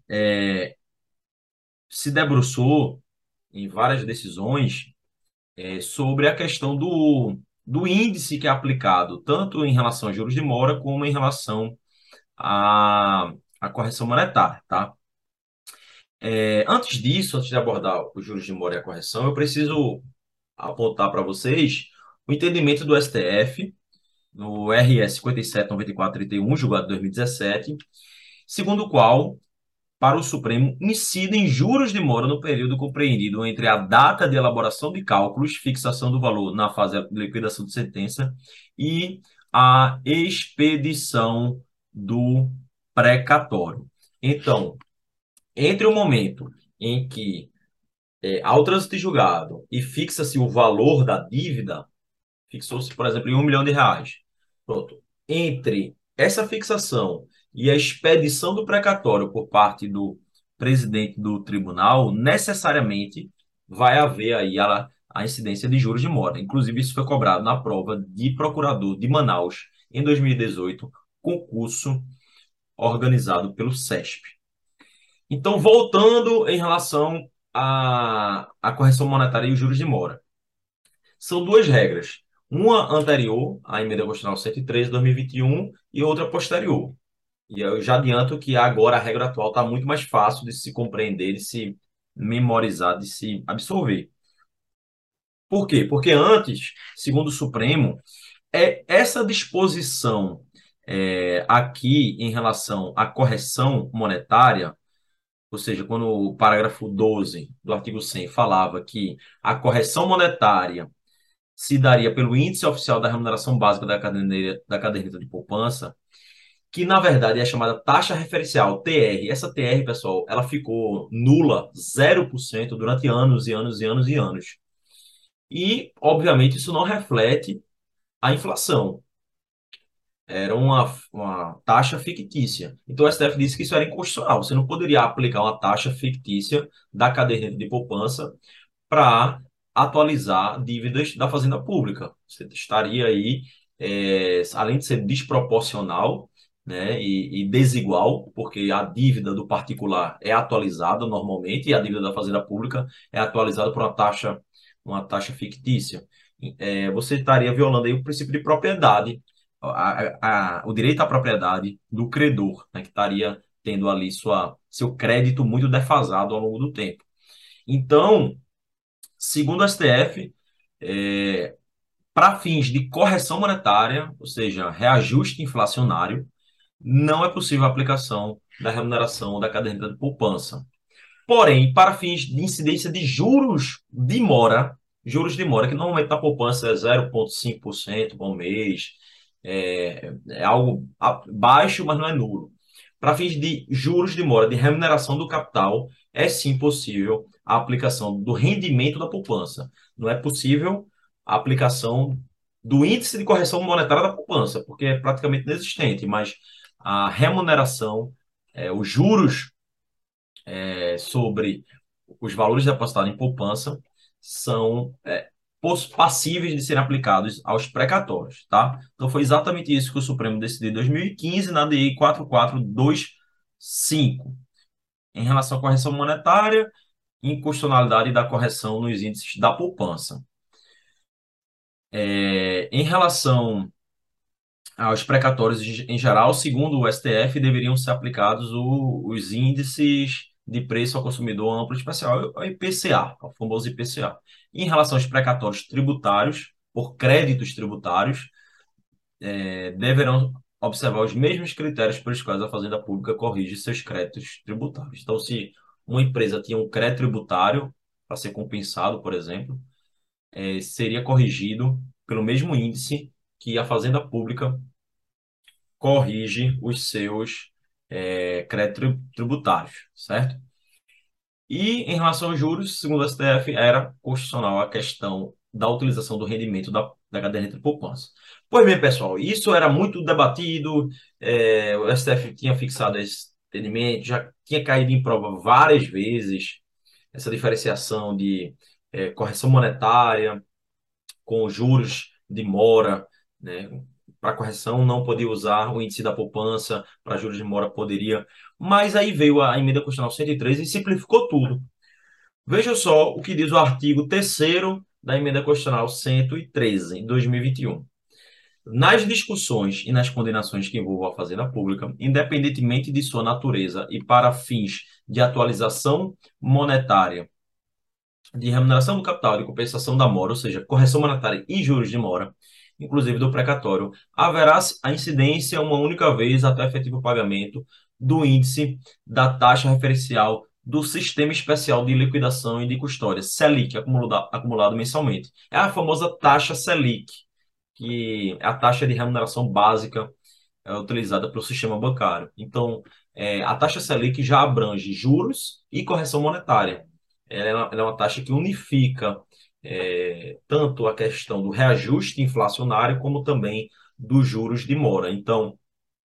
S1: se debruçou em várias decisões sobre a questão do índice que é aplicado, tanto em relação a juros de mora, como em relação à correção monetária, tá? Antes disso, antes de abordar os juros de mora e a correção, eu preciso apontar para vocês o entendimento do STF no RS 579431, julgado em 2017, segundo o qual, para o Supremo, incidem juros de mora no período compreendido entre a data de elaboração de cálculos, fixação do valor na fase de liquidação de sentença e a expedição do precatório. Então, entre o momento em que há o trânsito de julgado e fixa-se o valor da dívida, fixou-se, por exemplo, em R$ 1 milhão. Pronto. Entre essa fixação e a expedição do precatório por parte do presidente do tribunal, necessariamente vai haver aí a incidência de juros de mora. Inclusive, isso foi cobrado na prova de procurador de Manaus em 2018, concurso organizado pelo CESP. Então, voltando em relação à correção monetária e os juros de mora. São duas regras. Uma anterior à emenda constitucional 103 de 2021 e outra posterior. E eu já adianto que agora a regra atual está muito mais fácil de se compreender, de se memorizar, de se absorver. Por quê? Porque antes, segundo o Supremo, essa disposição aqui em relação à correção monetária, ou seja, quando o parágrafo 12 do artigo 100 falava que a correção monetária se daria pelo índice oficial da remuneração básica da caderneta de poupança, que na verdade é chamada taxa referencial, TR. Essa TR, pessoal, ela ficou nula, 0% durante anos e anos e anos e anos. E, obviamente, isso não reflete a inflação. Era uma taxa fictícia. Então, o STF disse que isso era inconstitucional. Você não poderia aplicar uma taxa fictícia da caderneta de poupança para atualizar dívidas da Fazenda Pública. Você estaria aí, além de ser desproporcional, né, e desigual, porque a dívida do particular é atualizada normalmente e a dívida da Fazenda Pública é atualizada por uma taxa fictícia. Você estaria violando aí o princípio de propriedade, o direito à propriedade do credor, né, que estaria tendo ali seu crédito muito defasado ao longo do tempo. Então, segundo o STF, para fins de correção monetária, ou seja, reajuste inflacionário, não é possível a aplicação da remuneração da caderneta de poupança. Porém, para fins de incidência de juros de mora, que normalmente na poupança é 0,5% por mês, é algo baixo, mas não é nulo. Para fins de juros de mora, de remuneração do capital, é sim possível a aplicação do rendimento da poupança. Não é possível a aplicação do índice de correção monetária da poupança, porque é praticamente inexistente, mas a remuneração, os juros sobre os valores depositados em poupança são passíveis de serem aplicados aos precatórios, tá? Então foi exatamente isso que o Supremo decidiu em 2015 na DI 4425, em relação à correção monetária e inconstitucionalidade da correção nos índices da poupança. Em relação aos precatórios em geral, segundo o STF, deveriam ser aplicados os índices de preço ao consumidor amplo e especial, o IPCA, o famoso IPCA. Em relação aos precatórios tributários, por créditos tributários, deverão observar os mesmos critérios pelos quais a Fazenda Pública corrige seus créditos tributários. Então, se uma empresa tinha um crédito tributário para ser compensado, por exemplo, seria corrigido pelo mesmo índice que a Fazenda Pública corrige os seus créditos tributários, certo? E em relação aos juros, segundo o STF, era constitucional a questão da utilização do rendimento da caderneta de poupança. Pois bem, pessoal, isso era muito debatido, o STF tinha fixado esse entendimento, já tinha caído em prova várias vezes essa diferenciação de correção monetária com juros de mora, né? para correção não podia usar o índice da poupança, para juros de mora poderia. Mas aí veio a emenda constitucional 103 e simplificou tudo. Veja só o que diz o artigo 3º da emenda constitucional 113, em 2021. Nas discussões e nas condenações que envolvam a fazenda pública, independentemente de sua natureza e para fins de atualização monetária, de remuneração do capital, de compensação da mora, ou seja, correção monetária e juros de mora, inclusive do precatório, haverá a incidência uma única vez até efetivo pagamento do índice da taxa referencial do Sistema Especial de Liquidação e de Custódia, Selic, acumulado mensalmente. É a famosa taxa Selic, que é a taxa de remuneração básica utilizada pelo sistema bancário. Então, a taxa Selic já abrange juros e correção monetária. Ela é uma taxa que unifica tanto a questão do reajuste inflacionário como também dos juros de mora. Então,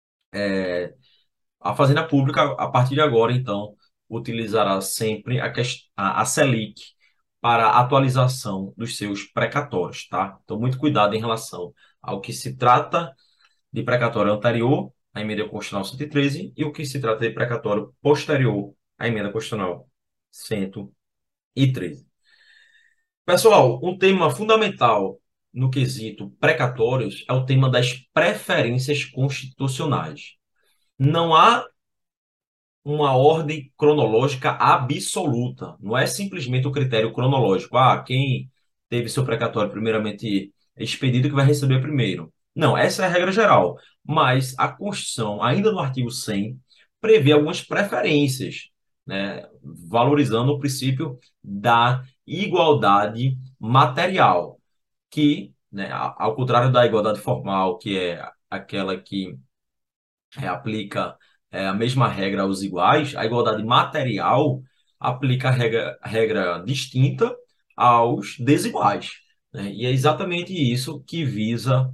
S1: a Fazenda Pública, a partir de agora, então, utilizará sempre a Selic para a atualização dos seus precatórios, tá? Então, muito cuidado em relação ao que se trata de precatório anterior à emenda constitucional 113 e o que se trata de precatório posterior à emenda constitucional 113. Pessoal, um tema fundamental no quesito precatórios é o tema das preferências constitucionais. Não há uma ordem cronológica absoluta. Não é simplesmente o critério cronológico. Ah, quem teve seu precatório primeiramente expedido que vai receber primeiro. Não, essa é a regra geral. Mas a Constituição, ainda no artigo 100, prevê algumas preferências, né, valorizando o princípio da igualdade material, que, né, ao contrário da igualdade formal, que é aquela que aplica a mesma regra aos iguais, a igualdade material aplica a regra distinta aos desiguais, né? E é exatamente isso que visa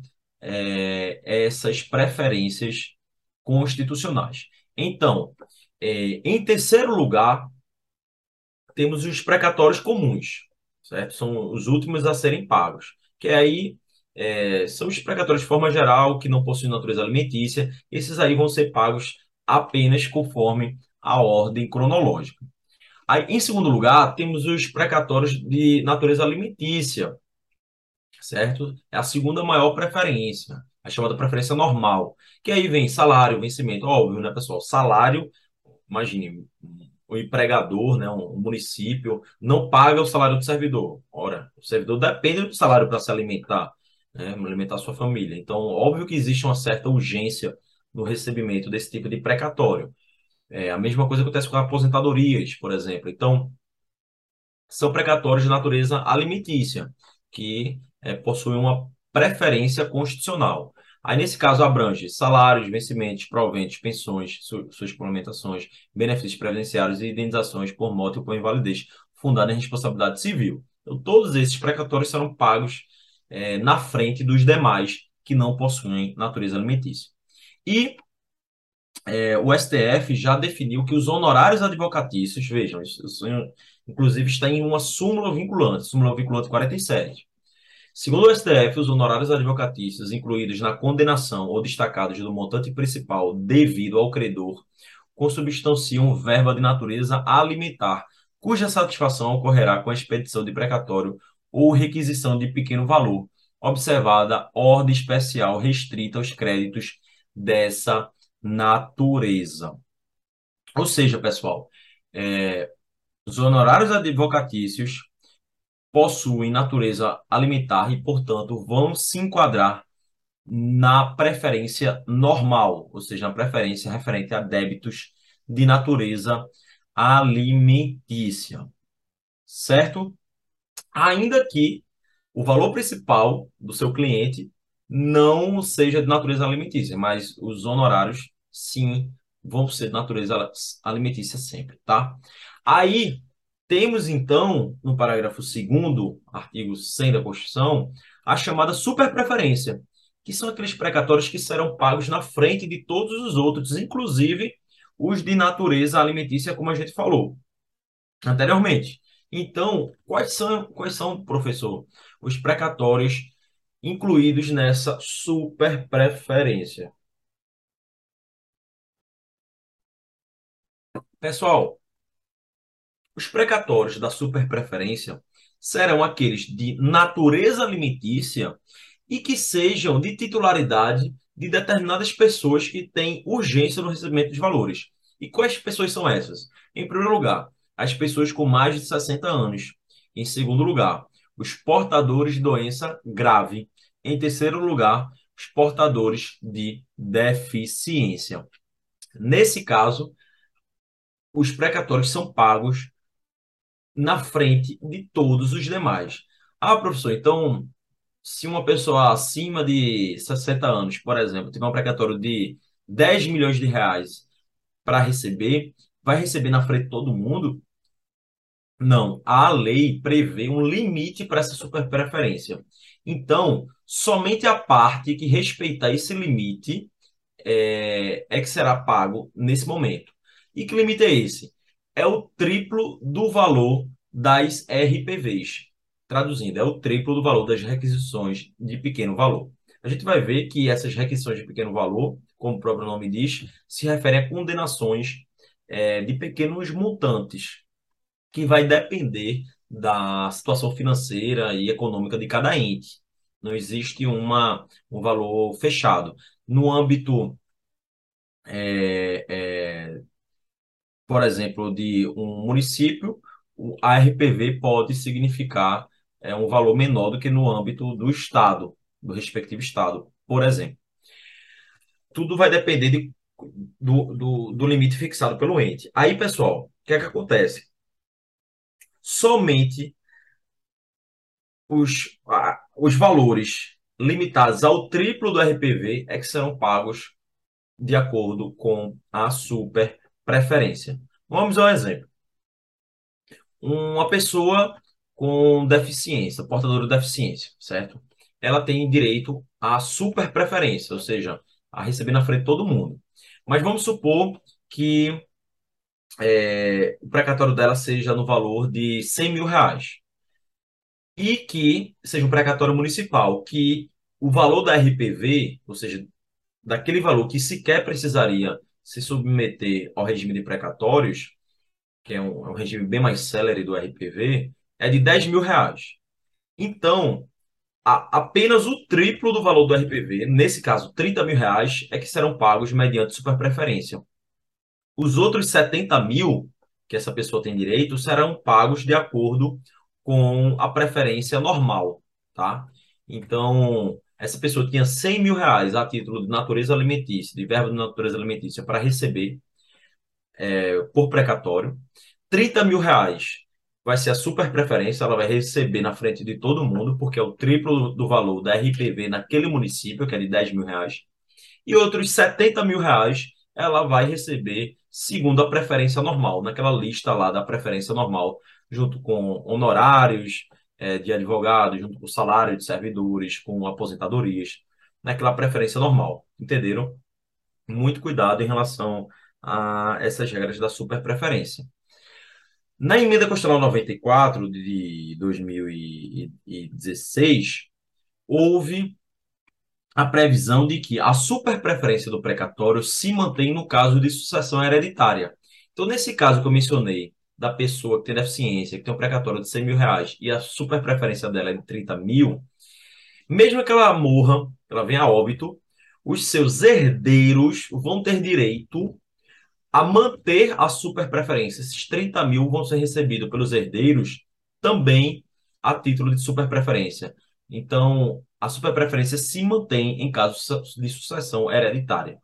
S1: essas preferências constitucionais. Então, em terceiro lugar, temos os precatórios comuns, certo? São os últimos a serem pagos, que aí são os precatórios de forma geral, que não possuem natureza alimentícia. Esses aí vão ser pagos apenas conforme a ordem cronológica. Aí, em segundo lugar, temos os precatórios de natureza alimentícia, certo? É a segunda maior preferência, a chamada preferência normal, que aí vem salário, vencimento, óbvio, né, pessoal? Salário, imagine, o empregador, né, um município, não paga o salário do servidor. Ora, o servidor depende do salário para se alimentar, né, alimentar sua família. Então, óbvio que existe uma certa urgência no recebimento desse tipo de precatório. A mesma coisa acontece com aposentadorias, por exemplo. Então, são precatórios de natureza alimentícia, que possuem uma preferência constitucional. Aí, nesse caso, abrange salários, vencimentos, proventos, pensões, suas complementações, benefícios previdenciários e indenizações por morte ou por invalidez, fundada em responsabilidade civil. Então, todos esses precatórios serão pagos na frente dos demais que não possuem natureza alimentícia. E o STF já definiu que os honorários advocatícios, vejam, isso inclusive está em uma súmula vinculante 47. Segundo o STF, os honorários advocatícios incluídos na condenação ou destacados do montante principal devido ao credor consubstanciam verba de natureza alimentar, cuja satisfação ocorrerá com a expedição de precatório ou requisição de pequeno valor, observada ordem especial restrita aos créditos dessa natureza. Ou seja, pessoal, os honorários advocatícios possuem natureza alimentar e, portanto, vão se enquadrar na preferência normal, ou seja, na preferência referente a débitos de natureza alimentícia, certo? Ainda que o valor principal do seu cliente não seja de natureza alimentícia, mas os honorários, sim, vão ser de natureza alimentícia sempre, tá? Aí, temos, então, no parágrafo 2º, artigo 100 da Constituição, a chamada superpreferência, que são aqueles precatórios que serão pagos na frente de todos os outros, inclusive os de natureza alimentícia, como a gente falou anteriormente. Então, quais são, professor, os precatórios incluídos nessa superpreferência. Pessoal, os precatórios da superpreferência serão aqueles de natureza alimentícia e que sejam de titularidade de determinadas pessoas que têm urgência no recebimento dos valores. E quais pessoas são essas? Em primeiro lugar, as pessoas com mais de 60 anos. Em segundo lugar, os portadores de doença grave. Em terceiro lugar, os portadores de deficiência. Nesse caso, os precatórios são pagos na frente de todos os demais. Ah, professor, então, se uma pessoa acima de 60 anos, por exemplo, tiver um precatório de 10 milhões de reais para receber, vai receber na frente de todo mundo? Não, a lei prevê um limite para essa superpreferência. Então, somente a parte que respeitar esse limite é que será pago nesse momento. E que limite é esse? É o triplo do valor das RPVs. Traduzindo, é o triplo do valor das requisições de pequeno valor. A gente vai ver que essas requisições de pequeno valor, como o próprio nome diz, se referem a condenações de pequenos montantes, que vai depender da situação financeira e econômica de cada ente. Não existe um valor fechado. No âmbito é, é, por exemplo, de um município, a RPV pode significar um valor menor do que no âmbito do estado, do respectivo estado, por exemplo. Tudo vai depender do limite fixado pelo ente. Aí, pessoal, o que é que acontece? Somente os valores limitados ao triplo do RPV é que serão pagos de acordo com a super preferência. Vamos ao exemplo. Uma pessoa com deficiência, portadora de deficiência, certo? Ela tem direito à super preferência, ou seja, a receber na frente de todo mundo. Mas vamos supor que o precatório dela seja no valor de 100 mil reais e que seja um precatório municipal, que o valor da RPV, ou seja, daquele valor que sequer precisaria se submeter ao regime de precatórios, que é um regime bem mais célere do RPV, é de 10 mil reais. Então, apenas o triplo do valor do RPV, nesse caso, 30 mil reais, é que serão pagos mediante superpreferência. Os outros 70 mil que essa pessoa tem direito serão pagos de acordo com a preferência normal, tá? Então, essa pessoa tinha 100 mil reais a título de natureza alimentícia, de verba de natureza alimentícia para receber por precatório. 30 mil reais vai ser a super preferência, ela vai receber na frente de todo mundo, porque é o triplo do valor da RPV naquele município, que é de 10 mil reais. E outros 70 mil reais ela vai receber segundo a preferência normal, naquela lista lá da preferência normal, junto com honorários de advogados, junto com salário de servidores, com aposentadorias, naquela preferência normal. Entenderam? Muito cuidado em relação a essas regras da superpreferência. Na emenda constitucional 94 de 2016, houve a previsão de que a superpreferência do precatório se mantém no caso de sucessão hereditária. Então, nesse caso que eu mencionei, da pessoa que tem deficiência, que tem um precatório de 100 mil reais e a superpreferência dela é de 30 mil, mesmo que ela morra, ela venha a óbito, os seus herdeiros vão ter direito a manter a superpreferência. Esses 30 mil vão ser recebidos pelos herdeiros também a título de superpreferência. Então, a superpreferência se mantém em caso de sucessão hereditária.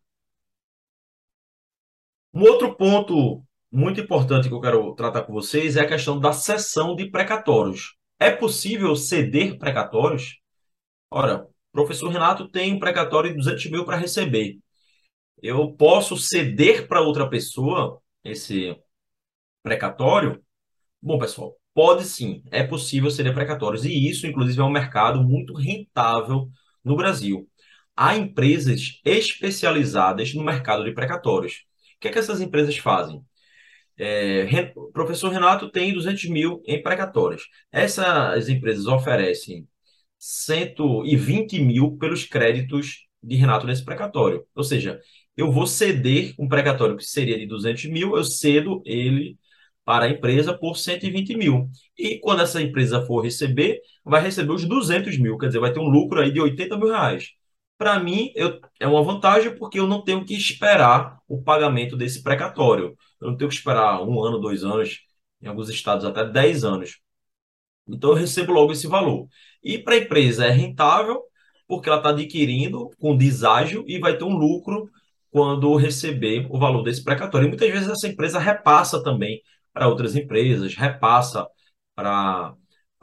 S1: Um outro ponto muito importante que eu quero tratar com vocês é a questão da cessão de precatórios. É possível ceder precatórios? Ora, o professor Renato tem um precatório de 200 mil para receber. Eu posso ceder para outra pessoa esse precatório? Bom, pessoal, pode sim, é possível ceder precatórios, e isso, inclusive, é um mercado muito rentável no Brasil. Há empresas especializadas no mercado de precatórios. O que é que essas empresas fazem? O professor Renato tem 200 mil em precatórios. Essas empresas oferecem 120 mil pelos créditos de Renato nesse precatório. Ou seja, eu vou ceder um precatório que seria de 200 mil, eu cedo ele para a empresa por 120 mil. E quando essa empresa for receber, vai receber os 200 mil, quer dizer, vai ter um lucro aí de 80 mil reais. Para mim, é uma vantagem porque eu não tenho que esperar o pagamento desse precatório. Eu não tenho que esperar um ano, 2 anos, em alguns estados até 10 anos. Então eu recebo logo esse valor. E para a empresa é rentável, porque ela está adquirindo com deságio e vai ter um lucro quando receber o valor desse precatório. E muitas vezes essa empresa repassa também para outras empresas, repassa para,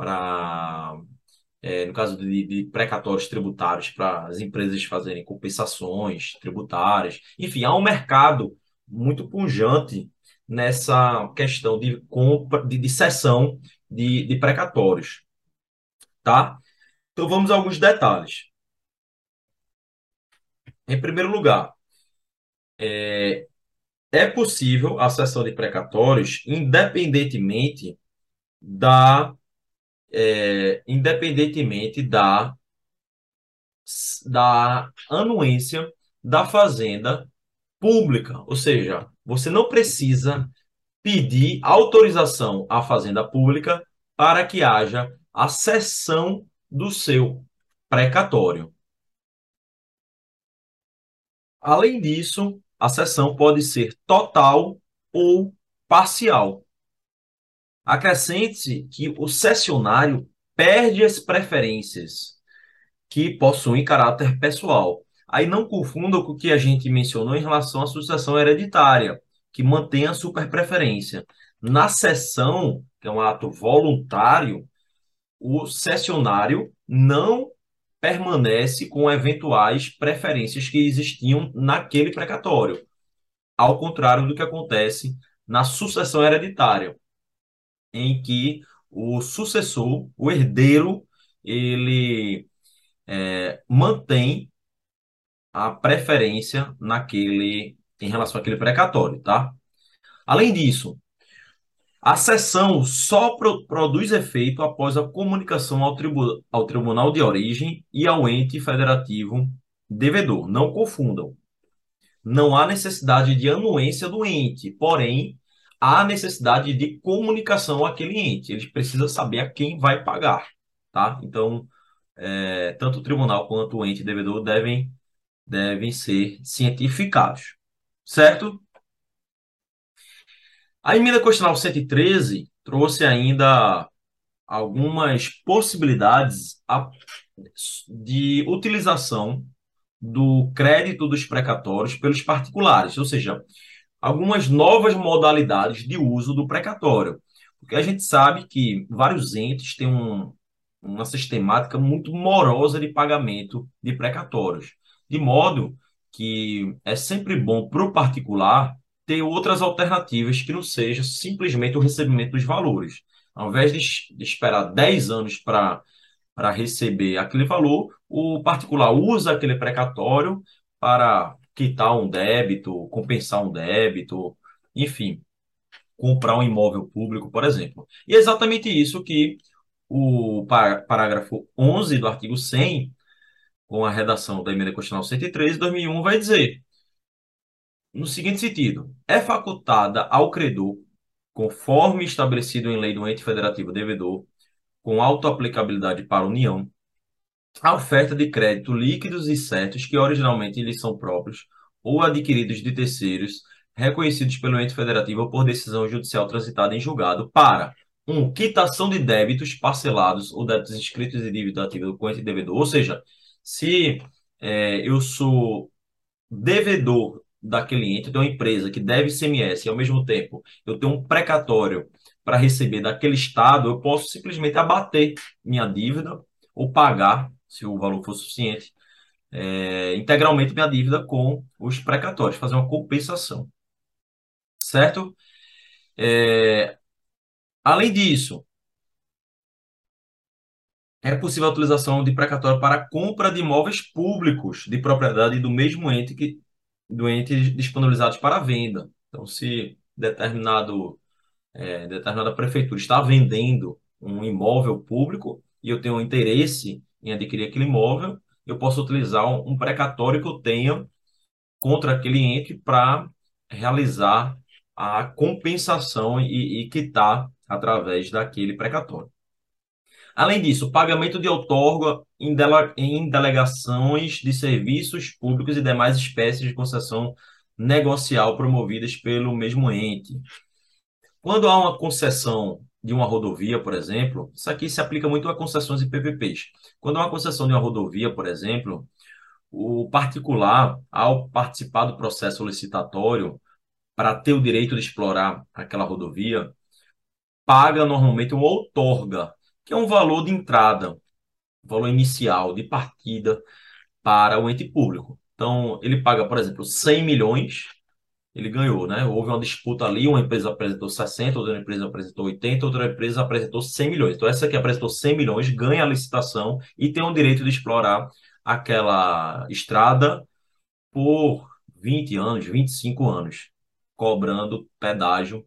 S1: no caso de precatórios tributários, para as empresas fazerem compensações tributárias. Enfim, há um mercado muito pujante nessa questão de compra, de cessão de precatórios, tá? Então vamos a alguns detalhes. Em primeiro lugar, é possível a cessão de precatórios independentemente da anuência da fazenda pública, ou seja, você não precisa pedir autorização à fazenda pública para que haja a cessão do seu precatório. Além disso, a cessão pode ser total ou parcial. Acrescente-se que o cessionário perde as preferências que possuem caráter pessoal. Aí não confunda com o que a gente mencionou em relação à sucessão hereditária, que mantém a superpreferência. Na cessão, que é um ato voluntário, o cessionário não permanece com eventuais preferências que existiam naquele precatório, ao contrário do que acontece na sucessão hereditária, em que o sucessor, o herdeiro, ele mantém a preferência em relação àquele precatório, tá? Além disso, a cessão só produz efeito após a comunicação ao tribunal de origem e ao ente federativo devedor. Não confundam. Não há necessidade de anuência do ente, porém, há necessidade de comunicação àquele ente. Ele precisa saber a quem vai pagar, tá? Então, tanto o tribunal quanto o ente devedor devem ser cientificados, certo? A emenda constitucional 113 trouxe ainda algumas possibilidades de utilização do crédito dos precatórios pelos particulares, ou seja, algumas novas modalidades de uso do precatório. Porque a gente sabe que vários entes têm uma sistemática muito morosa de pagamento de precatórios, de modo que é sempre bom para o particular ter outras alternativas que não seja simplesmente o recebimento dos valores. Ao invés de esperar 10 anos para receber aquele valor, o particular usa aquele precatório para quitar um débito, compensar um débito, enfim, comprar um imóvel público, por exemplo. E é exatamente isso que o parágrafo 11 do artigo 100, com a redação da Emenda Constitucional 113 de 2001, vai dizer, no seguinte sentido: é facultada ao credor, conforme estabelecido em lei do ente federativo devedor, com autoaplicabilidade para a União, a oferta de crédito líquidos e certos que originalmente lhes são próprios ou adquiridos de terceiros, reconhecidos pelo ente federativo ou por decisão judicial transitada em julgado para quitação de débitos parcelados ou débitos inscritos em dívida ativa do ente devedor. Ou seja, se eu sou devedor daquele ente, eu tenho uma empresa que deve ICMS e ao mesmo tempo eu tenho um precatório para receber daquele estado, eu posso simplesmente abater minha dívida ou pagar, se o valor for suficiente, integralmente minha dívida com os precatórios, fazer uma compensação, certo? É, além disso, é possível a utilização de precatório para compra de imóveis públicos de propriedade do mesmo ente do ente disponibilizados para venda. Então, se determinada prefeitura está vendendo um imóvel público e eu tenho interesse em adquirir aquele imóvel, eu posso utilizar um precatório que eu tenha contra aquele ente para realizar a compensação e quitar através daquele precatório. Além disso, pagamento de outorga em delegações de serviços públicos e demais espécies de concessão negocial promovidas pelo mesmo ente. Quando há uma concessão de uma rodovia, por exemplo, isso aqui se aplica muito a concessões e PPPs. Quando há uma concessão de uma rodovia, por exemplo, o particular, ao participar do processo licitatório, para ter o direito de explorar aquela rodovia, paga normalmente uma outorga, que é um valor de entrada, valor inicial, de partida para o ente público. Então, ele paga, por exemplo, 100 milhões, ele ganhou, né? Houve uma disputa ali, uma empresa apresentou 60, outra empresa apresentou 80, outra empresa apresentou 100 milhões. Então, essa aqui apresentou 100 milhões, ganha a licitação e tem o direito de explorar aquela estrada por 20 anos, 25 anos, cobrando pedágio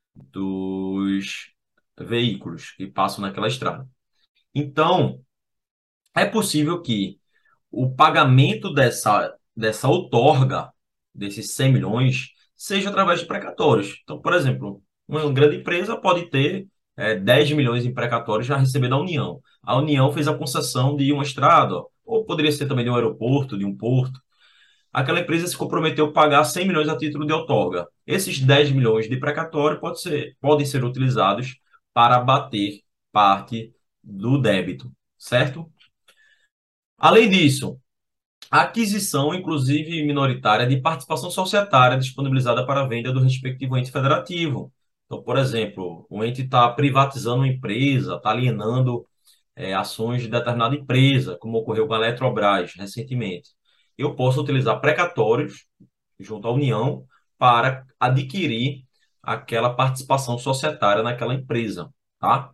S1: dos veículos que passam naquela estrada. Então, é possível que o pagamento dessa outorga, desses 100 milhões, seja através de precatórios. Então, por exemplo, uma grande empresa pode ter 10 milhões em precatórios já receber da União. A União fez a concessão de uma estrada, ou poderia ser também de um aeroporto, de um porto. Aquela empresa se comprometeu a pagar 100 milhões a título de outorga. Esses 10 milhões de precatório podem ser utilizados para abater parte do débito, certo? Além disso, a aquisição, inclusive minoritária, de participação societária disponibilizada para a venda do respectivo ente federativo. Então, por exemplo, o ente está privatizando uma empresa, está alienando ações de determinada empresa, como ocorreu com a Eletrobras recentemente. Eu posso utilizar precatórios junto à União para adquirir aquela participação societária naquela empresa, tá?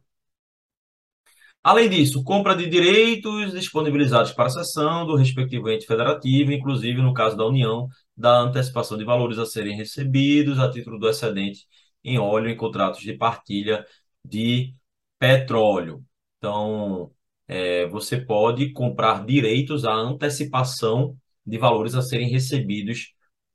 S1: Além disso, compra de direitos disponibilizados para a cessão do respectivo ente federativo, inclusive no caso da União, da antecipação de valores a serem recebidos a título do excedente em óleo em contratos de partilha de petróleo. Então, você pode comprar direitos à antecipação de valores a serem recebidos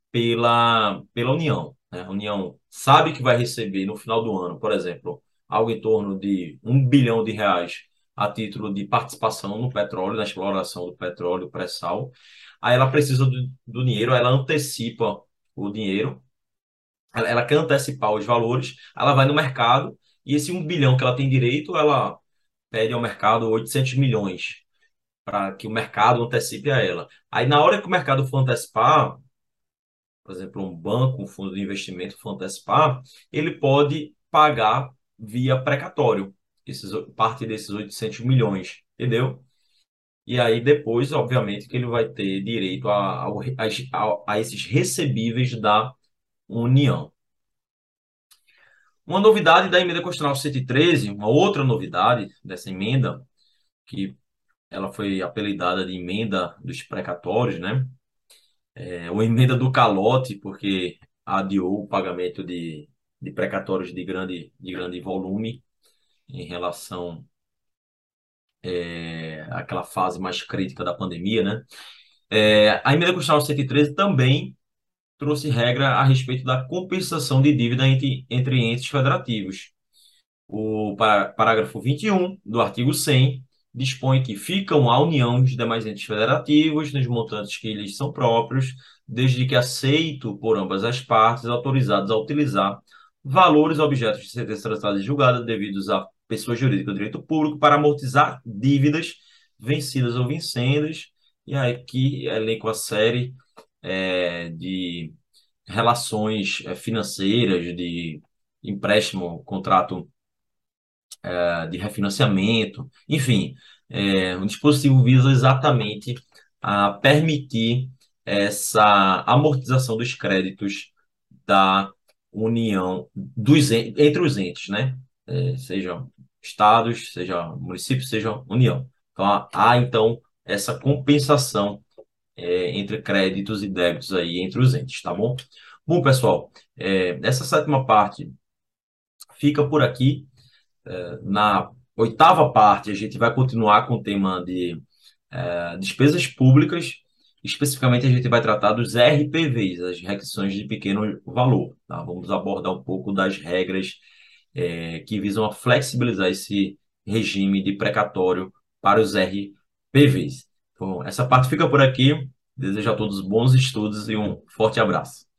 S1: pela União, né? A União sabe que vai receber no final do ano, por exemplo, algo em torno de R$ 1 bilhão a título de participação no petróleo, na exploração do petróleo pré-sal. Aí ela precisa do dinheiro, ela antecipa o dinheiro, ela quer antecipar os valores, ela vai no mercado e esse 1 bilhão que ela tem direito, ela pede ao mercado 800 milhões para que o mercado antecipe a ela. Aí na hora que o mercado for antecipar, por exemplo, um banco, um fundo de investimento for antecipar, ele pode pagar via precatório, parte desses 800 milhões, entendeu? E aí depois, obviamente, que ele vai ter direito a esses recebíveis da União. Uma novidade da emenda constitucional 113, uma outra novidade dessa emenda, que ela foi apelidada de emenda dos precatórios, né? Ou emenda do calote, porque adiou o pagamento de precatórios de grande volume em relação àquela fase mais crítica da pandemia, né? A emenda constitucional 113 também trouxe regra a respeito da compensação de dívida entre entes federativos. O parágrafo 21 do artigo 100 dispõe que ficam à União os demais entes federativos nos montantes que lhes são próprios, desde que aceito por ambas as partes, autorizados a utilizar valores objetos de sentença transitada e julgada devidos à pessoa jurídica do direito público para amortizar dívidas vencidas ou vincendas. E aí aqui elenco a série de relações financeiras, de empréstimo, contrato de refinanciamento, enfim, o dispositivo visa exatamente a permitir essa amortização dos créditos da União, entre os entes, né? Sejam estados, seja municípios, seja União. Então, há então essa compensação entre créditos e débitos aí entre os entes, tá bom? Bom, pessoal, essa sétima parte fica por aqui. Na oitava parte, a gente vai continuar com o tema de Despesas públicas, especificamente a gente vai tratar dos RPVs, as requisições de pequeno valor, tá? Vamos abordar um pouco das regras que visam a flexibilizar esse regime de precatório para os RPVs. Então, essa parte fica por aqui. Desejo a todos bons estudos e um forte abraço.